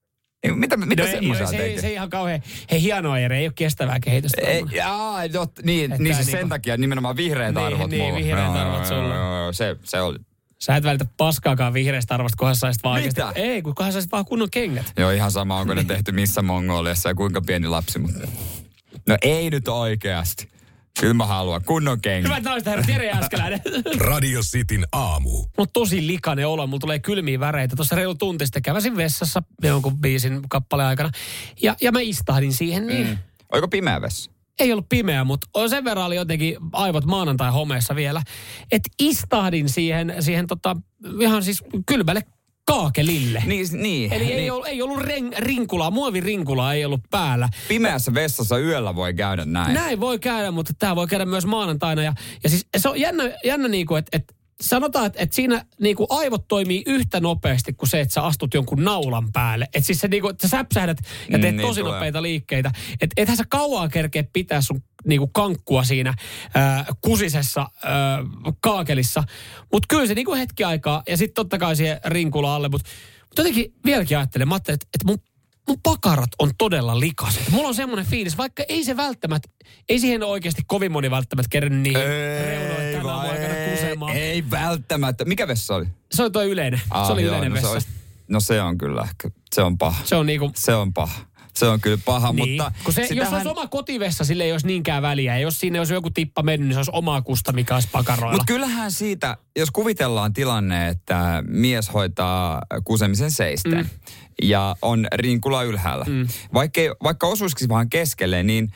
Mitä, mitä no semmoisia se, tekee? se ihan kauhean, hei hienoa Jere, ei ole kestävää kehitystä. Ei, jaa, jot, niin, niin siis niinku, sen takia nimenomaan vihreät niin, arvot niin, mulla. vihreät no, arvot sulla. No, se, se oli. Sä et välitä paskaakaan vihreästä arvosta, kunhan saisit vaan Mitä? oikeasti. Ei, kunhan saisit vaan kunnon kengät. Joo, ihan sama, onko ne tehty missä Mongoliassa ja kuinka pieni lapsi, mutta... No ei nyt oikeasti. Kyllä mä haluan kunnon kengät. Hyvät naiset herrat, Jere Jääskeläinen. Radio Cityn aamu. Mulla on tosi likainen olo, mulla tulee kylmiä väreitä. Tuossa reilu tunti sitten käväsin vessassa jonkun biisin kappaleen aikana. Ja, ja mä istahdin siihen niin. Mm. Oliko pimeä vessa? Ei ollut pimeä, mutta sen verran oli jotenkin aivot maanantai homeessa vielä. Että istahdin siihen, siihen tota, ihan siis kylmälle kaakelille. Niin, niin. Eli niin. ei ollut, ei ollut ren, rinkulaa, muovirinkulaa ei ollut päällä. Pimeässä vessassa yöllä voi käydä näin. Näin voi käydä, mutta tämä voi käydä myös maanantaina. Ja, ja siis se on jännä, jännä niin kuin, että, että sanotaan, että, että siinä niin kuin aivot toimii yhtä nopeasti kuin se, että sä astut jonkun naulan päälle. Että siis se, niin kuin, että sä säpsähdät ja teet Mm, tosi niin nopeita liikkeitä. Että ethän sä kauan kerkeä pitää sun niin kuin kankkua siinä äh, kusisessa äh, kaakelissa. Mutta kyllä se niin kuin hetki aikaa ja sitten totta kai siihen rinkula alle. Mutta mut jotenkin vieläkin ajattelen, mä ajattelin, että, että mun mun pakarat on todella likaset. Mulla on semmoinen fiilis, vaikka ei se välttämättä, ei siihen oikeasti kovin moni välttämättä kerran niihin reunoille tänä aamun aikana kusemaan. Ei välttämättä. Mikä vessa oli? Se oli tuo yleinen. Aa, se oli joo, yleinen no vessa. Se olisi, no se on kyllä ehkä, se on paha. Se on niinku... Se on paha. Se on kyllä paha, niin. mutta... Kun se, sitähän... Jos olisi oma kotivessa, sille ei olisi niinkään väliä. Ja jos sinne olisi joku tippa mennyt, niin se olisi omaa kusta, mikä olisi pakaroilla. Mutta kyllähän siitä, jos kuvitellaan tilanne, että mies hoitaa kusemisen seisten mm. ja on rinkula ylhäällä. Mm. Vaikka, vaikka osuisikin vaan keskelle, niin...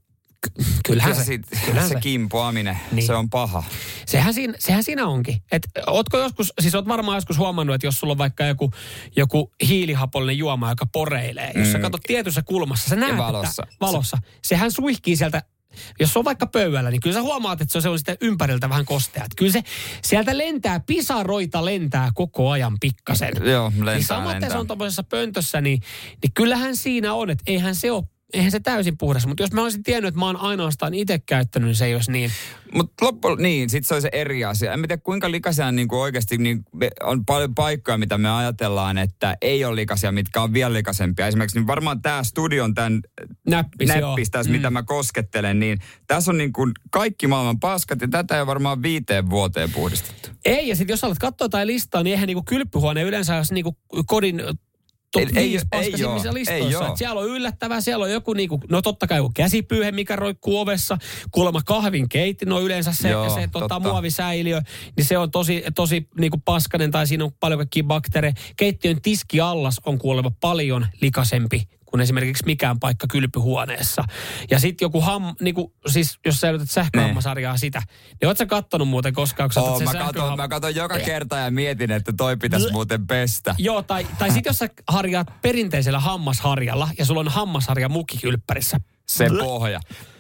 Kyllähän se, sit, kyllähän se se kimpoaminen, niin. Se on paha. Sehän siinä, sehän siinä onkin. Et ootko joskus, siis oot varmaan joskus huomannut, että jos sulla on vaikka joku, joku hiilihapollinen juoma, joka poreilee. Jos mm. sä katsot tietyssä kulmassa, sä näet, valossa. Että valossa. Sehän suihkii sieltä, jos se on vaikka pöydällä, niin kyllä sä huomaat, että se on sitten ympäriltä vähän kostea. Että kyllä se sieltä lentää, pisaroita lentää koko ajan pikkasen. Joo, lentää, niin samaten lentää. se on tommosessa pöntössä, niin, niin kyllähän siinä on, että eihän se ole eihän se täysin puhdas, mutta jos mä olisin tiennyt, että mä oon ainoastaan itse käyttänyt, niin se ei olisi niin. Mutta loppu, niin, sit se on se eri asia. En tiedä, kuinka likaisia niin kuin oikeasti niin, on paljon paikkoja, mitä me ajatellaan, että ei ole likaisia, mitkä on vielä likaisempia. Esimerkiksi niin varmaan tämä studion tämän näppis, näppis tässä, mm. mitä mä koskettelen, niin tässä on niin kuin kaikki maailman paskat ja tätä ei ole varmaan viiteen vuoteen puhdistettu. Ei, ja sitten jos alat katsoa jotain listaa, niin eihän niin kuin kylppyhuone yleensä olisi niin kuin kodin top viisi paskasimmissa listoissa. Siellä on yllättävää, siellä on joku niinku, no totta kai joku käsipyyhe, mikä roikkuu ovessa, kuulemma kahvin keitti, no yleensä se, joo, se tota, muovisäiliö, niin se on tosi, tosi niinku paskanen tai siinä on paljon kaikkia bakteereja. Keittiön tiskiallas on kuulemma paljon likaisempi kuin esimerkiksi mikään paikka kylpyhuoneessa. Ja sitten joku ham, niinku, siis jos sä yrität sähköhammasarjaa sitä, niin oot sä kattonut muuten koskaan, kun sä otat sen mä katon, mä katon joka kerta ja mietin, että toi pitäisi muuten pestä. Joo, tai, tai sitten jos sä harjaat perinteisellä hammasharjalla ja sulla on hammasharja mukikylppärissä. Se pohja.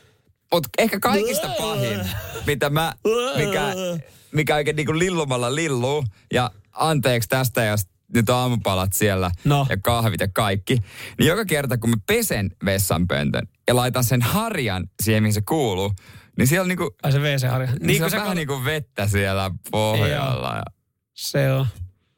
Mut ehkä kaikista pahin, mitä mä, mikä, mikä oikein niinku lillumalla lilluu, ja anteeksi tästä, jos nyt aamupalat siellä no. ja kahvit ja kaikki. Niin joka kerta, kun mä pesen vessanpöntön ja laitan sen harjan siihen, mihin se kuuluu, niin siellä on niinku... Ai se W C-harja. Niin, niin se on vähän kat... niinku vettä siellä pohjalla. Ja... Se on.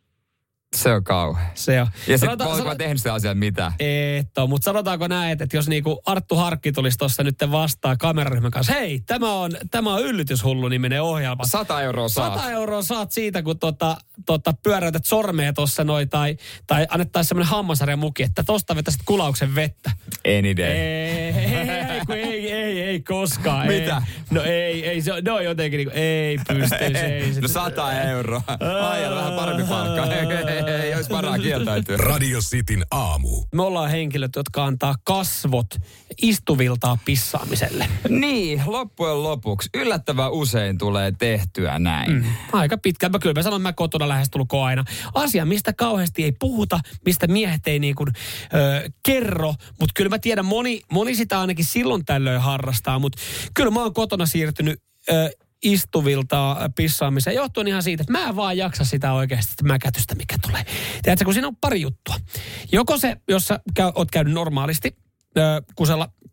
Se on kauhea. Se on. Ja sitten voinko sanot... mä tehnyt sitä asiaa mitään? Et ole, mutta sanotaanko näin, että jos niinku Arttu Harkki tulisi tuossa nyt vastaan kameraryhmän kanssa, hei, tämä on, tämä on Yllytyshullu niminen ohjelma. Sata euroa saat. Sata euroa saat siitä, kun tota, tota, pyöräytät sormea tuossa noin, tai, tai annettaisiin semmoinen hammasarjan muki, että tosta vetäisit kulauksen vettä. Any day. Ei, ei, ei, ei, ei koskaan. Mitä? Ei. No ei, ei, se on, no jotenkin niinku, ei pystyisi. Ei, no sata euroa. Aijalla vähän parempi palkka. Ei olisi varaa kieltäytyä. Radio Cityn aamu. Me ollaan henkilöt, jotka antaa kasvot istuviltaan pissaamiselle. Niin, loppujen lopuksi yllättävän usein tulee tehtyä näin. Mm, aika pitkään. Mä kyllä mä sanon, että mä kotona lähestulkoon aina. Asia, mistä kauheasti ei puhuta, mistä miehet ei niin kuin, ö, kerro, mutta kyllä mä tiedän, moni, moni sitä ainakin silloin tällöin harrastaa, mutta kyllä mä oon kotona siirtynyt ö, istuvilta pissaamiseen johtuen ihan siitä, että mä en vaan jaksa sitä oikeasti sitä mäkätystä, mikä tulee. Tiedätkö, kun siinä on pari juttua. Joko se, jos sä käy, oot käynyt normaalisti ö, kusella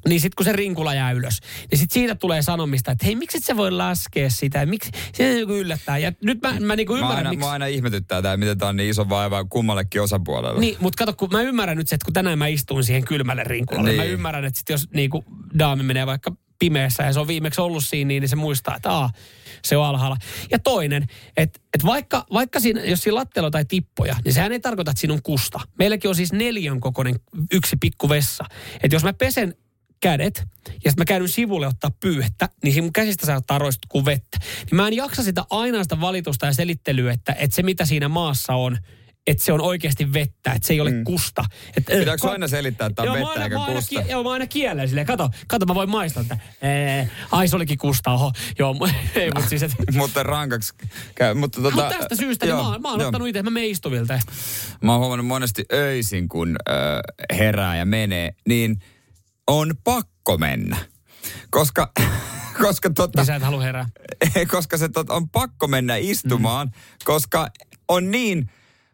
Niin sitten kun se rinkula jää ylös, niin sitten siitä tulee sanomista, että hei, miksi et sä voi laskea sitä? Miksi? Se niinku yllättää. Ja nyt mä, mä niinku ymmärrän, aina, miksi... Mä aina ihmetyttää tämä, miten tämä on niin iso vaiva kummallekin osapuolelle. Niin, mutta kato, kun mä ymmärrän nyt se, että kun tänään mä istuin siihen kylmälle rinkulalle, niin. Mä ymmärrän, että sit jos niinku daami menee vaikka pimeässä ja se on viimeksi ollut siinä, niin, niin se muistaa, että aa, se on alhaalla. Ja toinen, että, että vaikka, vaikka siinä, jos siinä lattialla on tai tippoja, niin sehän ei tarkoita, että siinä on kusta. Meilläkin on siis neljän kokoinen yksi pikku vessa. Että jos mä pesen kädet ja sitten mä käyn sivulle ottaa pyyhettä, niin siinä mun käsistä saa ottaa roistut kuin vettä. Niin mä en jaksa sitä ainaista valitusta ja selittelyä, että, että se mitä siinä maassa on, että se on oikeasti vettä, että se ei ole mm. kusta. Et, Pitääkö ko- aina selittää, että on joo, vettä aina, eikä kusta? Aina, joo, mä aina kielen silleen, kato, kato mä voin maistaa, että ee, ai se olikin kusta, oho, joo, ei, mutta siis, että... mutta rankaksi käy, mutta tota... Mut tästä syystä, joo, niin mä, oon, mä oon ottanut itse, mä menen istuvilta. Mä oon huomannut monesti öisin, kun äh, herää ja menee, niin on pakko mennä. Koska... koska tota... Niin sä et halua herää. koska se tota, on pakko mennä istumaan, mm. koska on niin...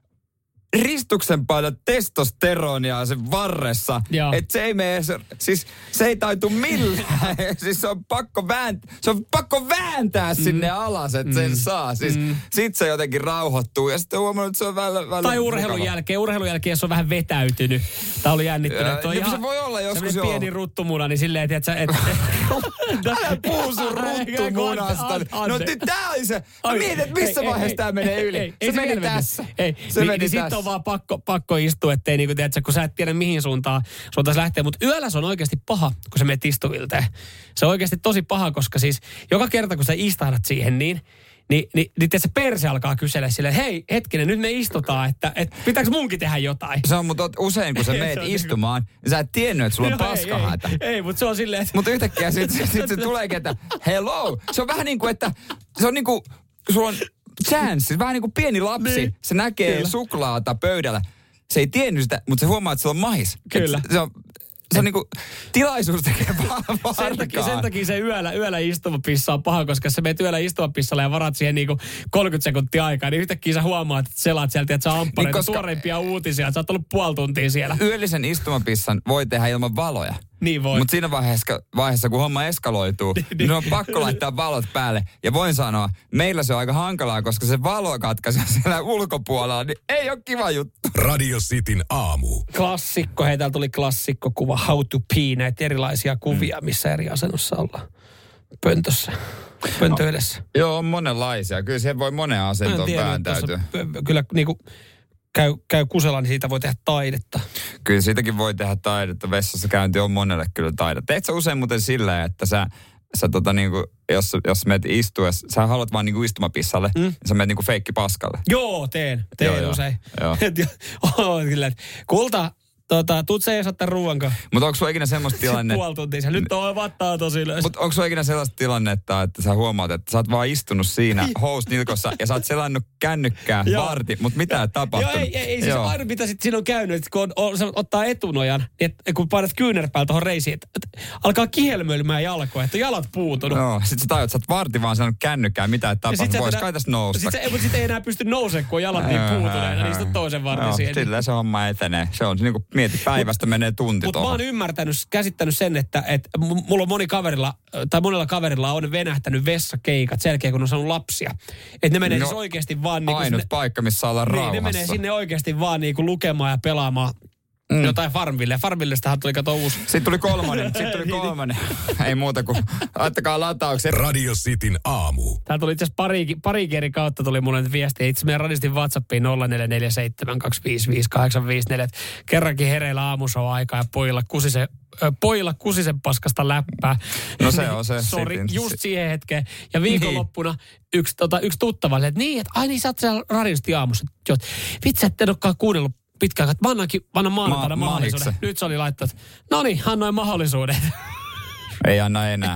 ristuksen paljon testosteronia sen varressa, että se ei mene, siis se ei taitu millään. siis se on pakko vääntää, se on pakko vääntää mm. sinne alas, että mm. sen saa. Siis mm. sit se jotenkin rauhoittuu ja sitten huomannut, että se on välillä välillä tai urheilun mukava. jälkeen, urheilun jälkeen se on vähän vetäytynyt. Tää oli jännittynyt. Ja, ja se voi olla joskus joo. pieni ruttumuna, niin silleen, että sä et... Älä puu sun ruttumunasta. No tää oli se. Mä mietin, että missä vaiheessa tää menee yli. Se meni tässä. Se meni tässä. Vaan pakko, pakko istua, ettei niinku, tiedätkö, kun sä et tiedä mihin suuntaan suuntaan se lähtee. Mutta yöllä se on oikeasti paha, kun sä menet istuvilteen. Se on oikeasti tosi paha, koska siis joka kerta, kun sä istahdat siihen, niin Niin, niin, niin se perse alkaa kysellä silleen, hei hetkinen, nyt me istutaan, että, että pitääkö munkin tehdä jotain? Se on, mutta usein kun sä meet istumaan, niin sä et tiennyt, että sulla on paskahätä. Ei, ei, ei mutta se on silleen, että... Mutta yhtäkkiä sitten sit se tuleekin, että hello. Se on vähän niin kuin, että se on niin kuin, sulla on chance, vähän niin kuin pieni lapsi. Niin. Se näkee Kyllä. suklaata pöydällä. Se ei tiennyt sitä, mutta se huomaa, että se on mahis. Kyllä. Se on, se on niinku, tilaisuus tekee vaan sen takia, sen takia se yöllä, yöllä istumapissa on paha, koska sä meet yöllä istumapissalle ja varat siihen niinku kolmekymmentä sekuntia aikaa, niin yhtäkkiä sä huomaat, että selaat sieltä, että sä amppareita niin tuoreimpia uutisia, että sä oot ollut puoli tuntia siellä. Yöllisen istumapissan voi tehdä ilman valoja. Niin voi. Mutta siinä vaiheessa, vaiheessa, kun homma eskaloituu, niin, niin on pakko laittaa valot päälle. Ja voin sanoa, meillä se on aika hankalaa, koska se valokatkaisi siellä ulkopuolella, niin ei ole kiva juttu. Radio Cityn aamu. Klassikko, hei täällä tuli klassikkokuva How to Pee, näitä erilaisia kuvia, missä eri asennossa ollaan. Pöntössä, pöntö edessä. No, joo, on monenlaisia. Kyllä siihen voi moneen asentoon pääntäytyä. Kyllä niinku... Käy, käy kusella, niin siitä voi tehdä taidetta. Kyllä siitäkin voi tehdä taidetta. Vessassa käynti on monelle kyllä taidetta. Teet sä usein muuten silleen, että sä, sä tota niinku, jos, jos menet istuessa, sä haluat vaan niinku istumapissalle, mm. niin sä menet niinku feikki paskalle. Joo, teen. Teen joo, usein. Joo. oh, kyllä. Kulta, tota, tuut sä ees ottaa ruuanko? Mutta onko sulla ikinä semmoista tilannetta? Puoli tuntia. Nyt on vattaa tosi ylös. Mutta onko sulla ikinä sellaista tilannetta, että sä huomaat, että sä oot vaan istunut siinä host nilkossa ja sä oot selannut kännykkää varti, mutta mitä ei tapahtunut? Joo, ei, ei, ei siis aina mitä sitten siinä on käynyt, että kun on, on, se ottaa etunojan, että kun painat kyynärpäällä tuohon reisiin, että, että alkaa kihelmöilymään jalkoja, että jalat puutunut. Joo, sit sä tajut, että sä oot varti vaan selannut kännykkää, mitä ei tapahtunut, vois kai tässä nousta. Mutta sit ei enää pysty nousemaan, kun on jalat niin puutuneena, niin sitten toisen vartin siihen. Sillä se homma etenee. Se on niin kuin mieti päivästä menee tunti Mutta mä oon ymmärtänyt, käsittänyt sen, että, että mulla on moni kaverilla, tai monella kaverilla on venähtänyt vessakeikat sen jälkeen, kun on saanut lapsia. Että ne menee no, siis oikeasti vaan... Niin ainut sinne, paikka, missä ollaan niin, rauhassa. Ne menee sinne oikeasti vaan niin kuin lukemaan ja pelaamaan mm. jotain Farmville. Farmvillestähän tuli kato uusi. Sitten tuli kolmonen, sitten tuli kolmonen. Ei muuta kuin, laittakaa latauksen. Radio Cityn aamu. Täällä tuli itse asiassa pari, pari eri kautta tuli mulle viestiä. Itse meidän radistin WhatsAppiin nolla neljä neljä seitsemän kaksi viisi viisi kahdeksan viisi neljä. Kerrankin hereillä aamussa on aikaa ja pojilla kusisen, pojilla kusisen paskasta läppää. No se on se. Sori, just siihen hetkeen. Ja viikonloppuna niin. yksi, tota, yksi tuttava, että niin, että ai niin sä oot siellä radistin aamussa. Vitsi, että en olekaan kuunnellut pitkään, että mä annankin, mä annan maanantaina Ma- mahdollisuuden. Nyt se oli laittanut, no niin, annoin mahdollisuuden. Ei anna enää.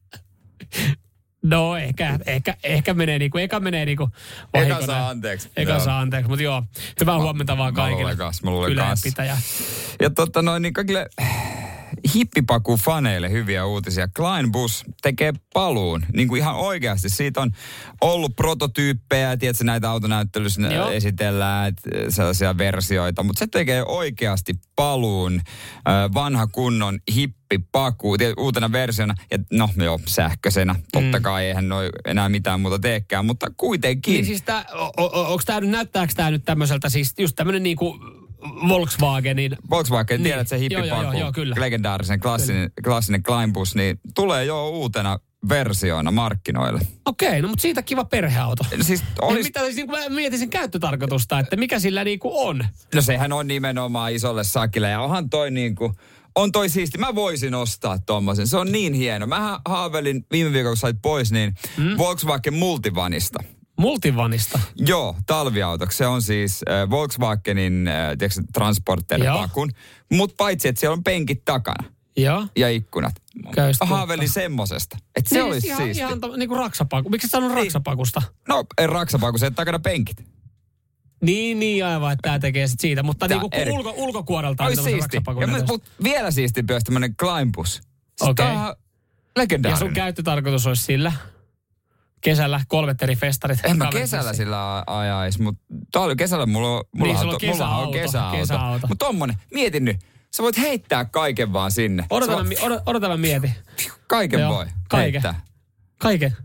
No ehkä, ehkä, ehkä menee niinku, eka menee niinku vahinkona. Eka saa anteeksi. Eka joo. saa anteeksi, mutta joo, hyvää huomenta vaan kaikille. Mä luulen kanssa, mä luulen kanssa. Pitäjä. Ja totta noin, niin kaikille hippipaku-faneille hyviä uutisia. Klein Bus tekee paluun. Niin kuin ihan oikeasti. Siitä on ollut prototyyppejä, tiedätkö, näitä autonäyttelyssä Joo. esitellään sellaisia versioita, mutta se tekee oikeasti paluun. Vanha kunnon hippipaku, uutena versiona. Ja no joo, sähköisenä. Totta kai eihän noi enää mitään muuta teekään, mutta kuitenkin. Niin siis tää, o, o, onks tää nyt, näyttääkö tää nyt tämmöiseltä siis just tämmönen niinku Volkswagenin... Volkswagen, niin. tiedät se hippipaku, joo, joo, joo, kyllä. legendaarisen klassinen, klassinen Klein Bus, niin tulee jo uutena versioina markkinoille. Okei, no mutta siitä kiva perheauto. Siis Olis... olis... Mitä, siis, niin mä mietin sen käyttötarkoitusta, että mikä sillä niinku on. No sehän on nimenomaan isolle sakille ja onhan toi niinku... On toi siisti. Mä voisin ostaa tommosen. Se on niin hieno. Mä haavelin viime viikolla, kun sait pois, niin mm. Volkswagen Multivanista. Multivanista? Joo, talviautoksi. Se on siis äh, Volkswagenin äh, tiedätkö, transporteripakun. Mutta paitsi, että siellä on penkit takana. Joo. Ja ikkunat. Käystä Haavelin semmosesta. Että se niin, olisi ihan, siisti. Ihan to, niinku raksapaku. Miksi sä sanonut niin. raksapakusta? No, en raksapaku, se takana penkit. Niin, niin aivan, että tää tekee sit siitä. Mutta Tää niinku eri. ulko, ulkokuoreltaan Ois niin siisti. Ja mä, mut vielä siistipi olisi tämmönen Klein Bus. Okei. Okay. Legendaarinen. Ja sun käyttötarkoitus olisi sillä? Kesällä kolmet eri festarit. En mä kesällä sillä ajais, mutta kesällä mulla on, mulla niin, on, sulla on mulla on kesäauto. kesäauto. Mutta tommonen, mietin nyt, sä voit heittää kaiken vaan sinne. Odota, voit, mä, odota, odota mä mietin. Kaiken Joo, voi kaiken. heittää. Kaiken.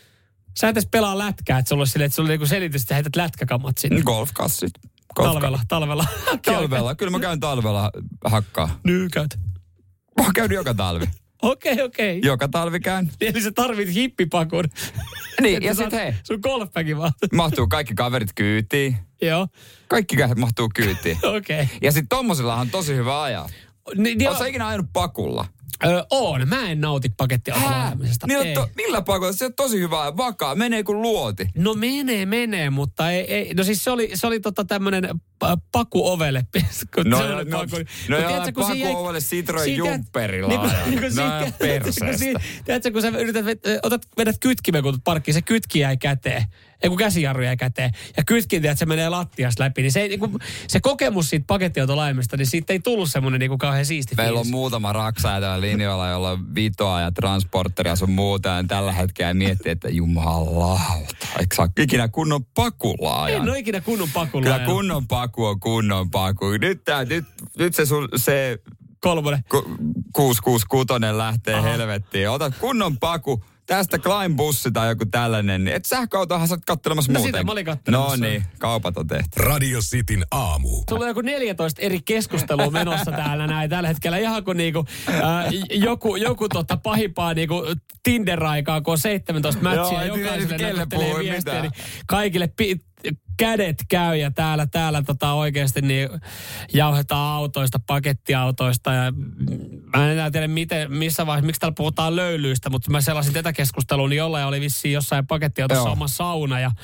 Sä et edes pelaa lätkää, että sulla olisi silleen, että sulla on niinku selitys, että heität lätkäkamat sinne. Golfkassit. Golf- Talvella, talvella. Talvella, kyllä mä käyn talvella hakkaa. Nyykät. Mä oon käynyt joka talvi. Okei, okay, okei. Okay. Joka talvi käyn. Eli sä tarvit hippipakun. Niin, ja sit hei. Sun golfbagin vaan. Mahtuu kaikki kaverit kyytiin. Joo. Kaikki mahtuu kyytiin. Okei. Okay. Ja sit tommosellahan on tosi hyvä ajaa. Ni, Oot sä ikinä ajanut pakulla? Öö, oon. Mä en nauti pakettiauton ajamisesta. Niin to, millä pakolla? Se on tosi hyvä ja vakaa. Menee kuin luoti. No menee, menee, mutta ei, ei. No siis se oli, se oli tota tämmönen paku ovelle. No, se no, oli no, paku. no joo, tiedätkö, paku jäi, ovelle Citroen Jumperilla. Niin, Niin, niin, no perseestä. Tiedätkö, kun sä yrität, otat, vedät kytkimen, kun parkkiin, se kytki jäi käteen. Ei kun käsijarru jäi käteen. Ja kytkin, että se menee lattiasta läpi. Niin se, niin kuin, se kokemus siitä pakettiautolaimesta, niin siitä ei tullut semmoinen niin kuin kauhean siisti Meillä fiilis. on muutama raksaa täällä linjoilla, jolla on vitoa ja transporteria sun muuta. Ja tällä hetkellä miettii, että jumalauta. Eikö sä ole ikinä kunnon pakulla ajan? En ole ikinä kunnon pakulla Kyllä ajan. kunnon paku on kunnon paku. Nyt, tää, nyt, nyt se, sun, se Kolmonen. kuusi kuusi kuusi lähtee Aha. helvettiin. Otat kunnon paku. Tästä Klein Bussi tai joku tällainen. Et sähköautohan sä oot kattelemassa No muuten. sitä mä olin kattelemassa. No niin, kaupat on tehty. Radio Cityn aamu. Sulla on joku neljätoista eri keskustelua menossa täällä näin tällä hetkellä. Ihan kuin niinku, ää, joku, joku totta pahimpaa niinku Tinder-aikaa, kun on seitsemäntoista mätsiä. Joo, Jokaiselle kelle näyttelee puhui viestiä. mitään. Niin kaikille pi- kädet käy ja täällä, täällä tota oikeasti niin jauhetaan autoista, pakettiautoista. Ja mä en enää tiedä, miten, missä vaiheessa, miksi täällä puhutaan löylyistä, mutta mä sellaisin tätä keskustelua, niin jollain oli vissiin jossain pakettiautossa Joo. oma sauna. Ja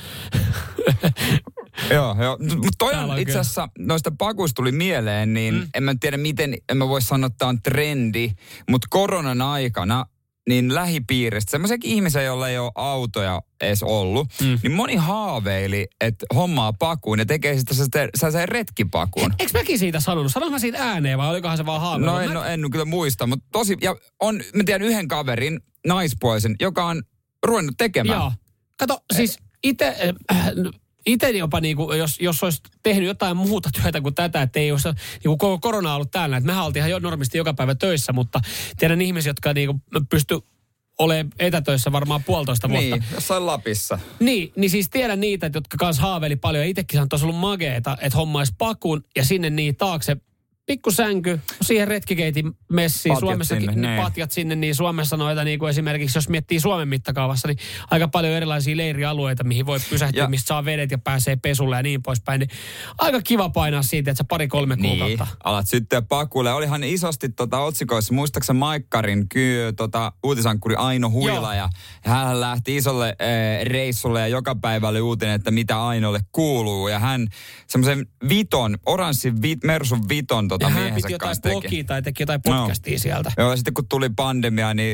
Joo, joo. Mutta toi Täällä on on itse kyllä. asiassa, noista pakuista tuli mieleen, niin mm. en mä tiedä miten, en mä voi sanoa, että on trendi, mutta koronan aikana niin lähipiiristä, semmoisiakin ihmisiä, joilla ei ole autoja edes ollut, mm. niin moni haaveili, että hommaa pakuun ja tekee sitä sellaisen retkipakun. eikö mäkin siitä sanonut? Sanoin mä siitä ääneen vai olikohan se vaan haaveilu? No en, Mä- no, en kyllä muista, mutta tosi, ja on, mä tiedän yhden kaverin, naispuolisen, joka on ruvennut tekemään. Joo. Kato, siis itse, äh, itse jopa niinku, jos, jos olisi tehnyt jotain muuta työtä kuin tätä, että ei olisi niinku koko korona ollut täällä. Että mehän oltiin ihan jo normisti joka päivä töissä, mutta tiedän ihmisiä, jotka niinku pysty olemaan etätöissä varmaan puolitoista vuotta. Niin, jossain Lapissa. Niin, niin siis tiedän niitä, jotka kanssa haaveili paljon. Itsekin se on tosi ollut mageeta, että hommaisi pakun ja sinne niin taakse pikku sänky, siihen retkikeitin messiin. Patjat Suomessakin sinne, niin niin. patjat sinne, niin Suomessa noita niin kuin esimerkiksi, jos miettii Suomen mittakaavassa, niin aika paljon erilaisia leirialueita, mihin voi pysähtyä, Ja- mistä saa vedet ja pääsee pesulle ja niin poispäin. Niin aika kiva painaa siitä, että sä pari-kolme Niin, kuukautta. alat syttyä pakulle. Olihan isosti tota otsikoissa, muistaaksä Maikkarin kyy, tota, uutisankkuri Aino Huila, ja hän lähti isolle äh, reissulle ja joka päivä oli uutinen, että mitä Ainolle kuuluu. Ja hän semmoisen viton, oranssin vit, Mersun viton tota Ja hän miehensä piti jotain kanssa teki. blogia tai teki jotain podcastia No. sieltä. Joo, ja sitten kun tuli pandemia, niin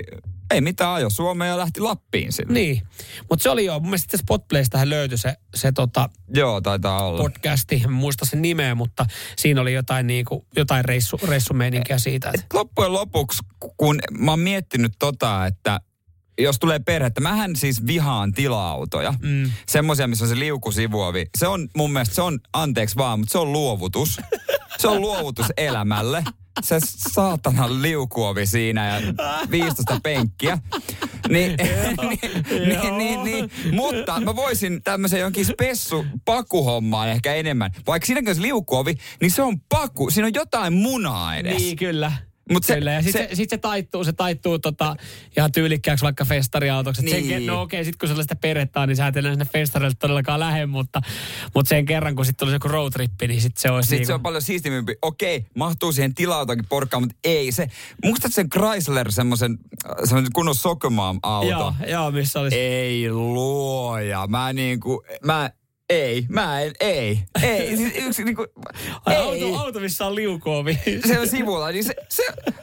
ei mitään ajo Suomeen ja lähti Lappiin sinne. Niin, mutta se oli jo, mun mielestä Spotplaystähän löytyi se, se tota, joo, taitaa olla. podcasti, en muista sen nimeä, mutta siinä oli jotain, niinku, jotain reissu, reissumeininkiä siitä. Että... Et loppujen lopuksi, kun mä oon miettinyt tota, että jos tulee perhettä, mähän siis vihaan tila-autoja. Mm. Semmoisia, missä on se liukusivuovi. Se on mun mielestä, se on, anteeksi vaan, mutta se on luovutus. Se on luovutus elämälle. Se saatanan liukuovi siinä ja viisitoista penkkiä. Niin, niin, niin, niin, niin. Mutta mä voisin tämmöisen jonkin spessu pakuhommaan ehkä enemmän. Vaikka siinäkin olisi liukuovi, niin se on paku. Siinä on jotain munaa edes. Niin, kyllä. Mut se, Kyllä, ja sitten se, se, sit se taittuu, se taittuu tota, ihan tyylikkääksi vaikka festariautoksi. Niin. Sen, no okei, okay, sitten kun sellaista perhettä on, niin sä et enää sinne festarille todellakaan lähde, mutta, mutta sen kerran, kun sitten tulisi joku roadtrippi, niin sitten se olisi Sitten niin se on paljon siistimimpi. Okei, okay, mahtuu siihen tila-autoonkin porkkaan, mutta ei se. Muistat sen Chrysler, semmoisen kunnon Sokomaa-auto? Joo, joo, missä olisi. Ei luoja, mä niinku, mä... Ei, mä en, ei, ei. Siis yksi niinku, Ai, ei. Auto, auto, missä on liukuovi. Se on sivulla, niin se, se,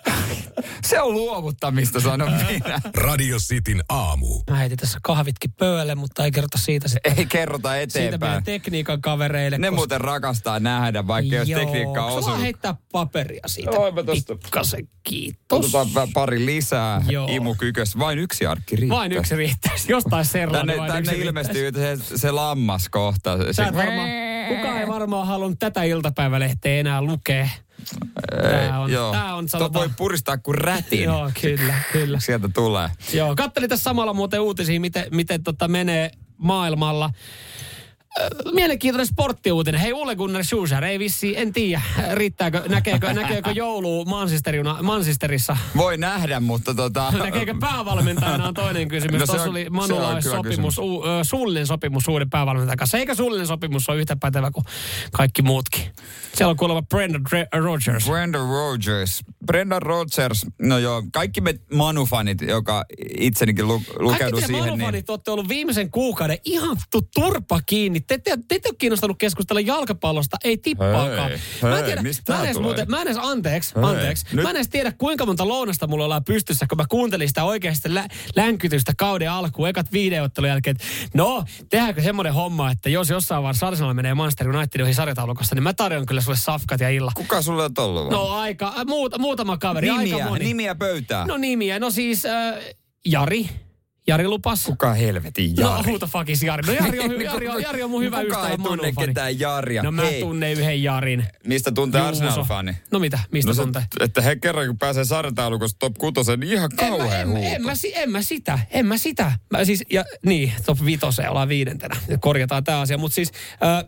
se on luovuttamista, sanon minä. Radio Cityn aamu. Mä heitin tässä kahvitkin pöydälle, mutta ei kerrota siitä sitten. Ei kerrota eteenpäin. Siitä meidän tekniikan kavereille. Ne koska... muuten rakastaa nähdä, vaikka jos tekniikka on osunut. osunut. heittää paperia siitä. Oipa tosta. Pikkasen, kiitos. Otetaan pari lisää. Joo. Imu Kykös. Vain yksi arkki riittää. Vain yksi riittäisi. Jostain serraan. Tänne, tänne ilmestyy se, se lammas kohta. Se, Varmaan, kukaan ei varmaan halunnut tätä iltapäivälehteä enää lukea. Tää on, joo. tää on sanotaan... voi puristaa kuin rätin. Joo, kyllä, kyllä. Sieltä tulee. Joo, katselin tässä samalla muuten uutisia, miten, miten tota menee maailmalla. Mielenkiintoinen sporttiuutinen. Hei, Ole Gunnar Solskjaer, ei vissiin, en tiedä, riittääkö, näkeekö, näkeekö joulua Manchesterissa? Voi nähdä, mutta tota... Näkeekö päävalmentajana on toinen kysymys. No Tuossa oli Manulla sopimus, u, suullinen sopimus uuden päävalmentajan kanssa. Eikä suullinen sopimus ole yhtä pätevä kuin kaikki muutkin. Siellä on kuulemma Brendan Rodgers. Brendan Rodgers. Brendan Rodgers, no joo, kaikki me Manu-fanit, joka itsenikin lu, lukeudu siihen. Kaikki te Manu-fanit niin... olette ollut viimeisen kuukauden ihan turpa kiinni. Te, te, te ette ole kiinnostanut keskustella jalkapallosta, ei tippaakaan. Hei, mä en hei, tiedä, mä en edes muuten, mä en edes, anteeksi, hei, anteeksi. Nyt. Mä en edes tiedä, kuinka monta lounasta mulla ollaan pystyssä, kun mä kuuntelin sitä oikeasti lä- länkytystä kauden alkuun, ekat videoottelun jälkeen. No, tehdäänkö semmoinen homma, että jos jossain vaiheessa Arsenal menee Manchester Unitedin ohi sarjataulukossa, niin mä tarjon kyllä sulle safkat ja illa. Kuka sulle on ollut? No aika, muuta, muutama kaveri, nimiä, aika moni. Nimiä pöytään. No nimiä, no siis äh, Jari. Jari lupas. Kuka helvetin Jari? No, who the fuck is Jari? No Jari on, Jari on, Jari on mun hyvä ystävä. Kuka ei tunne Manu-fani. ketään Jaria? No mä Hei. tunnen yhden Jarin. Mistä tuntee Juuso. Arsenal-fani? No mitä? Mistä no tuntee? Se, että he kerran kun pääsee sarjataulukossa top kutosen, niin ihan kauhean en, huuto. en, en, mä, en mä sitä, en mä sitä. Mä siis, ja, niin, top vitoseen ollaan viidentenä. Korjataan tää asia, mutta siis... Äh,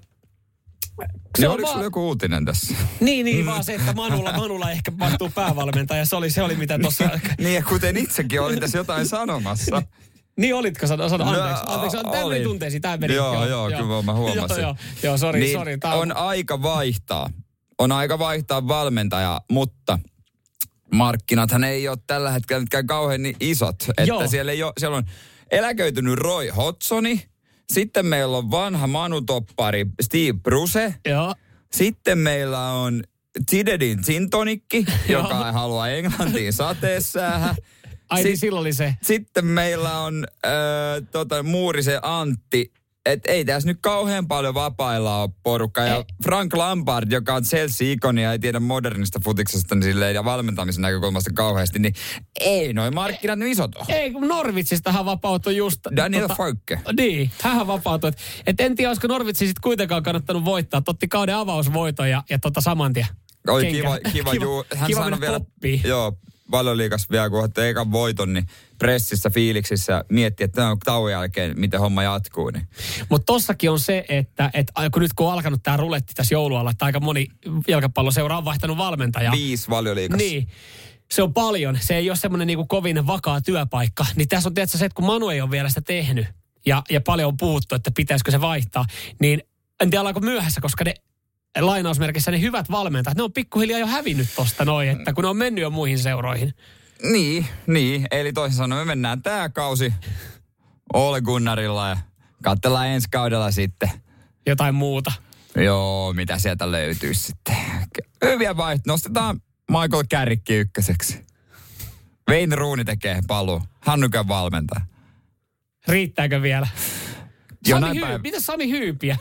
Se oliko sulla joku uutinen tässä? Niin, niin, vaan se, että Manulla, Manulla ehkä mahtuu päävalmentaja. Se oli, se oli mitä tuossa... niin, ja kuten itsekin olin tässä jotain sanomassa. Niin olitko sano, sano anteeksi, no, anteeksi, tämä meni tunteisiin, tämä meni. Joo, joo, joo, kyllä mä huomasin. Joo, joo, joo, sori, niin sori. On... on aika vaihtaa, on aika vaihtaa valmentajaa, mutta markkinathan ei ole tällä hetkellä mitkään kauhean niin isot. Että joo. Siellä, ei ole, siellä on eläköitynyt Roy Hodgsoni, sitten meillä on vanha Manu-toppari Steve Bruce, joo. Sitten meillä on Tidedin Zintonikki, joka ei halua Englantiin sateessäähän. Ai niin silloin oli se. Sitten meillä on äh, tota, Muurisen Antti. Et ei tässä nyt kauhean paljon vapailla ole porukka. Ja Frank Lampard, joka on Chelsea-ikoni ja ei tiedä modernista futiksesta niin silleen, ja valmentamisen näkökulmasta kauheasti, niin ei noin markkinat niin isot ole. Ei, kun Norwitsistahan vapautui just... Daniel tota, Farke. Niin, hänhän vapautui. Et, et en tiedä, olisiko Norwitsi sitten kuitenkaan kannattanut voittaa. Totti kauden avausvoiton ja, ja tota saman tien. Oli Kenkä. kiva, kiva, kiva, juu. Hän kiva sanoi vielä, poppiin. joo, Valioliigassa vielä, kun otti ekan voiton, niin pressissä, fiiliksissä mietti, että tämän tauon jälkeen, miten homma jatkuu. Niin. Mutta tossakin on se, että, että kun nyt kun on alkanut tämä ruletti tässä joulualla, että aika moni jalkapalloseura on vaihtanut valmentajaa. Viisi Valioliigassa. Niin. Se on paljon. Se ei ole semmoinen niinku kovin vakaa työpaikka. Niin tässä on tietysti se, että kun Manu ei ole vielä sitä tehnyt ja, ja paljon on puhuttu, että pitäisikö se vaihtaa, niin en tiedä ollaanko myöhässä, koska ne lainausmerkissä ne hyvät valmentajat, ne on pikkuhiljaa jo hävinnyt tosta noin, että kun ne on mennyt jo muihin seuroihin. Niin, niin. Eli toisin sanoen me mennään tää kausi Ole Gunnarilla ja katsellaan ensi kaudella sitten. Jotain muuta. Joo, mitä sieltä löytyy sitten. Hyviä vaihtoehtoja. Nostetaan Michael Carrick ykköseksi. Wayne Rooney tekee paluu. Hannukän valmentaa. Riittääkö vielä? Jonain Sami Hyy- päivä. Mitä Sami Hyypiä?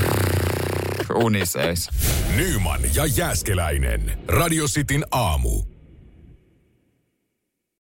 Uniseis. Nyman ja Jääskeläinen. Radio Cityn aamu.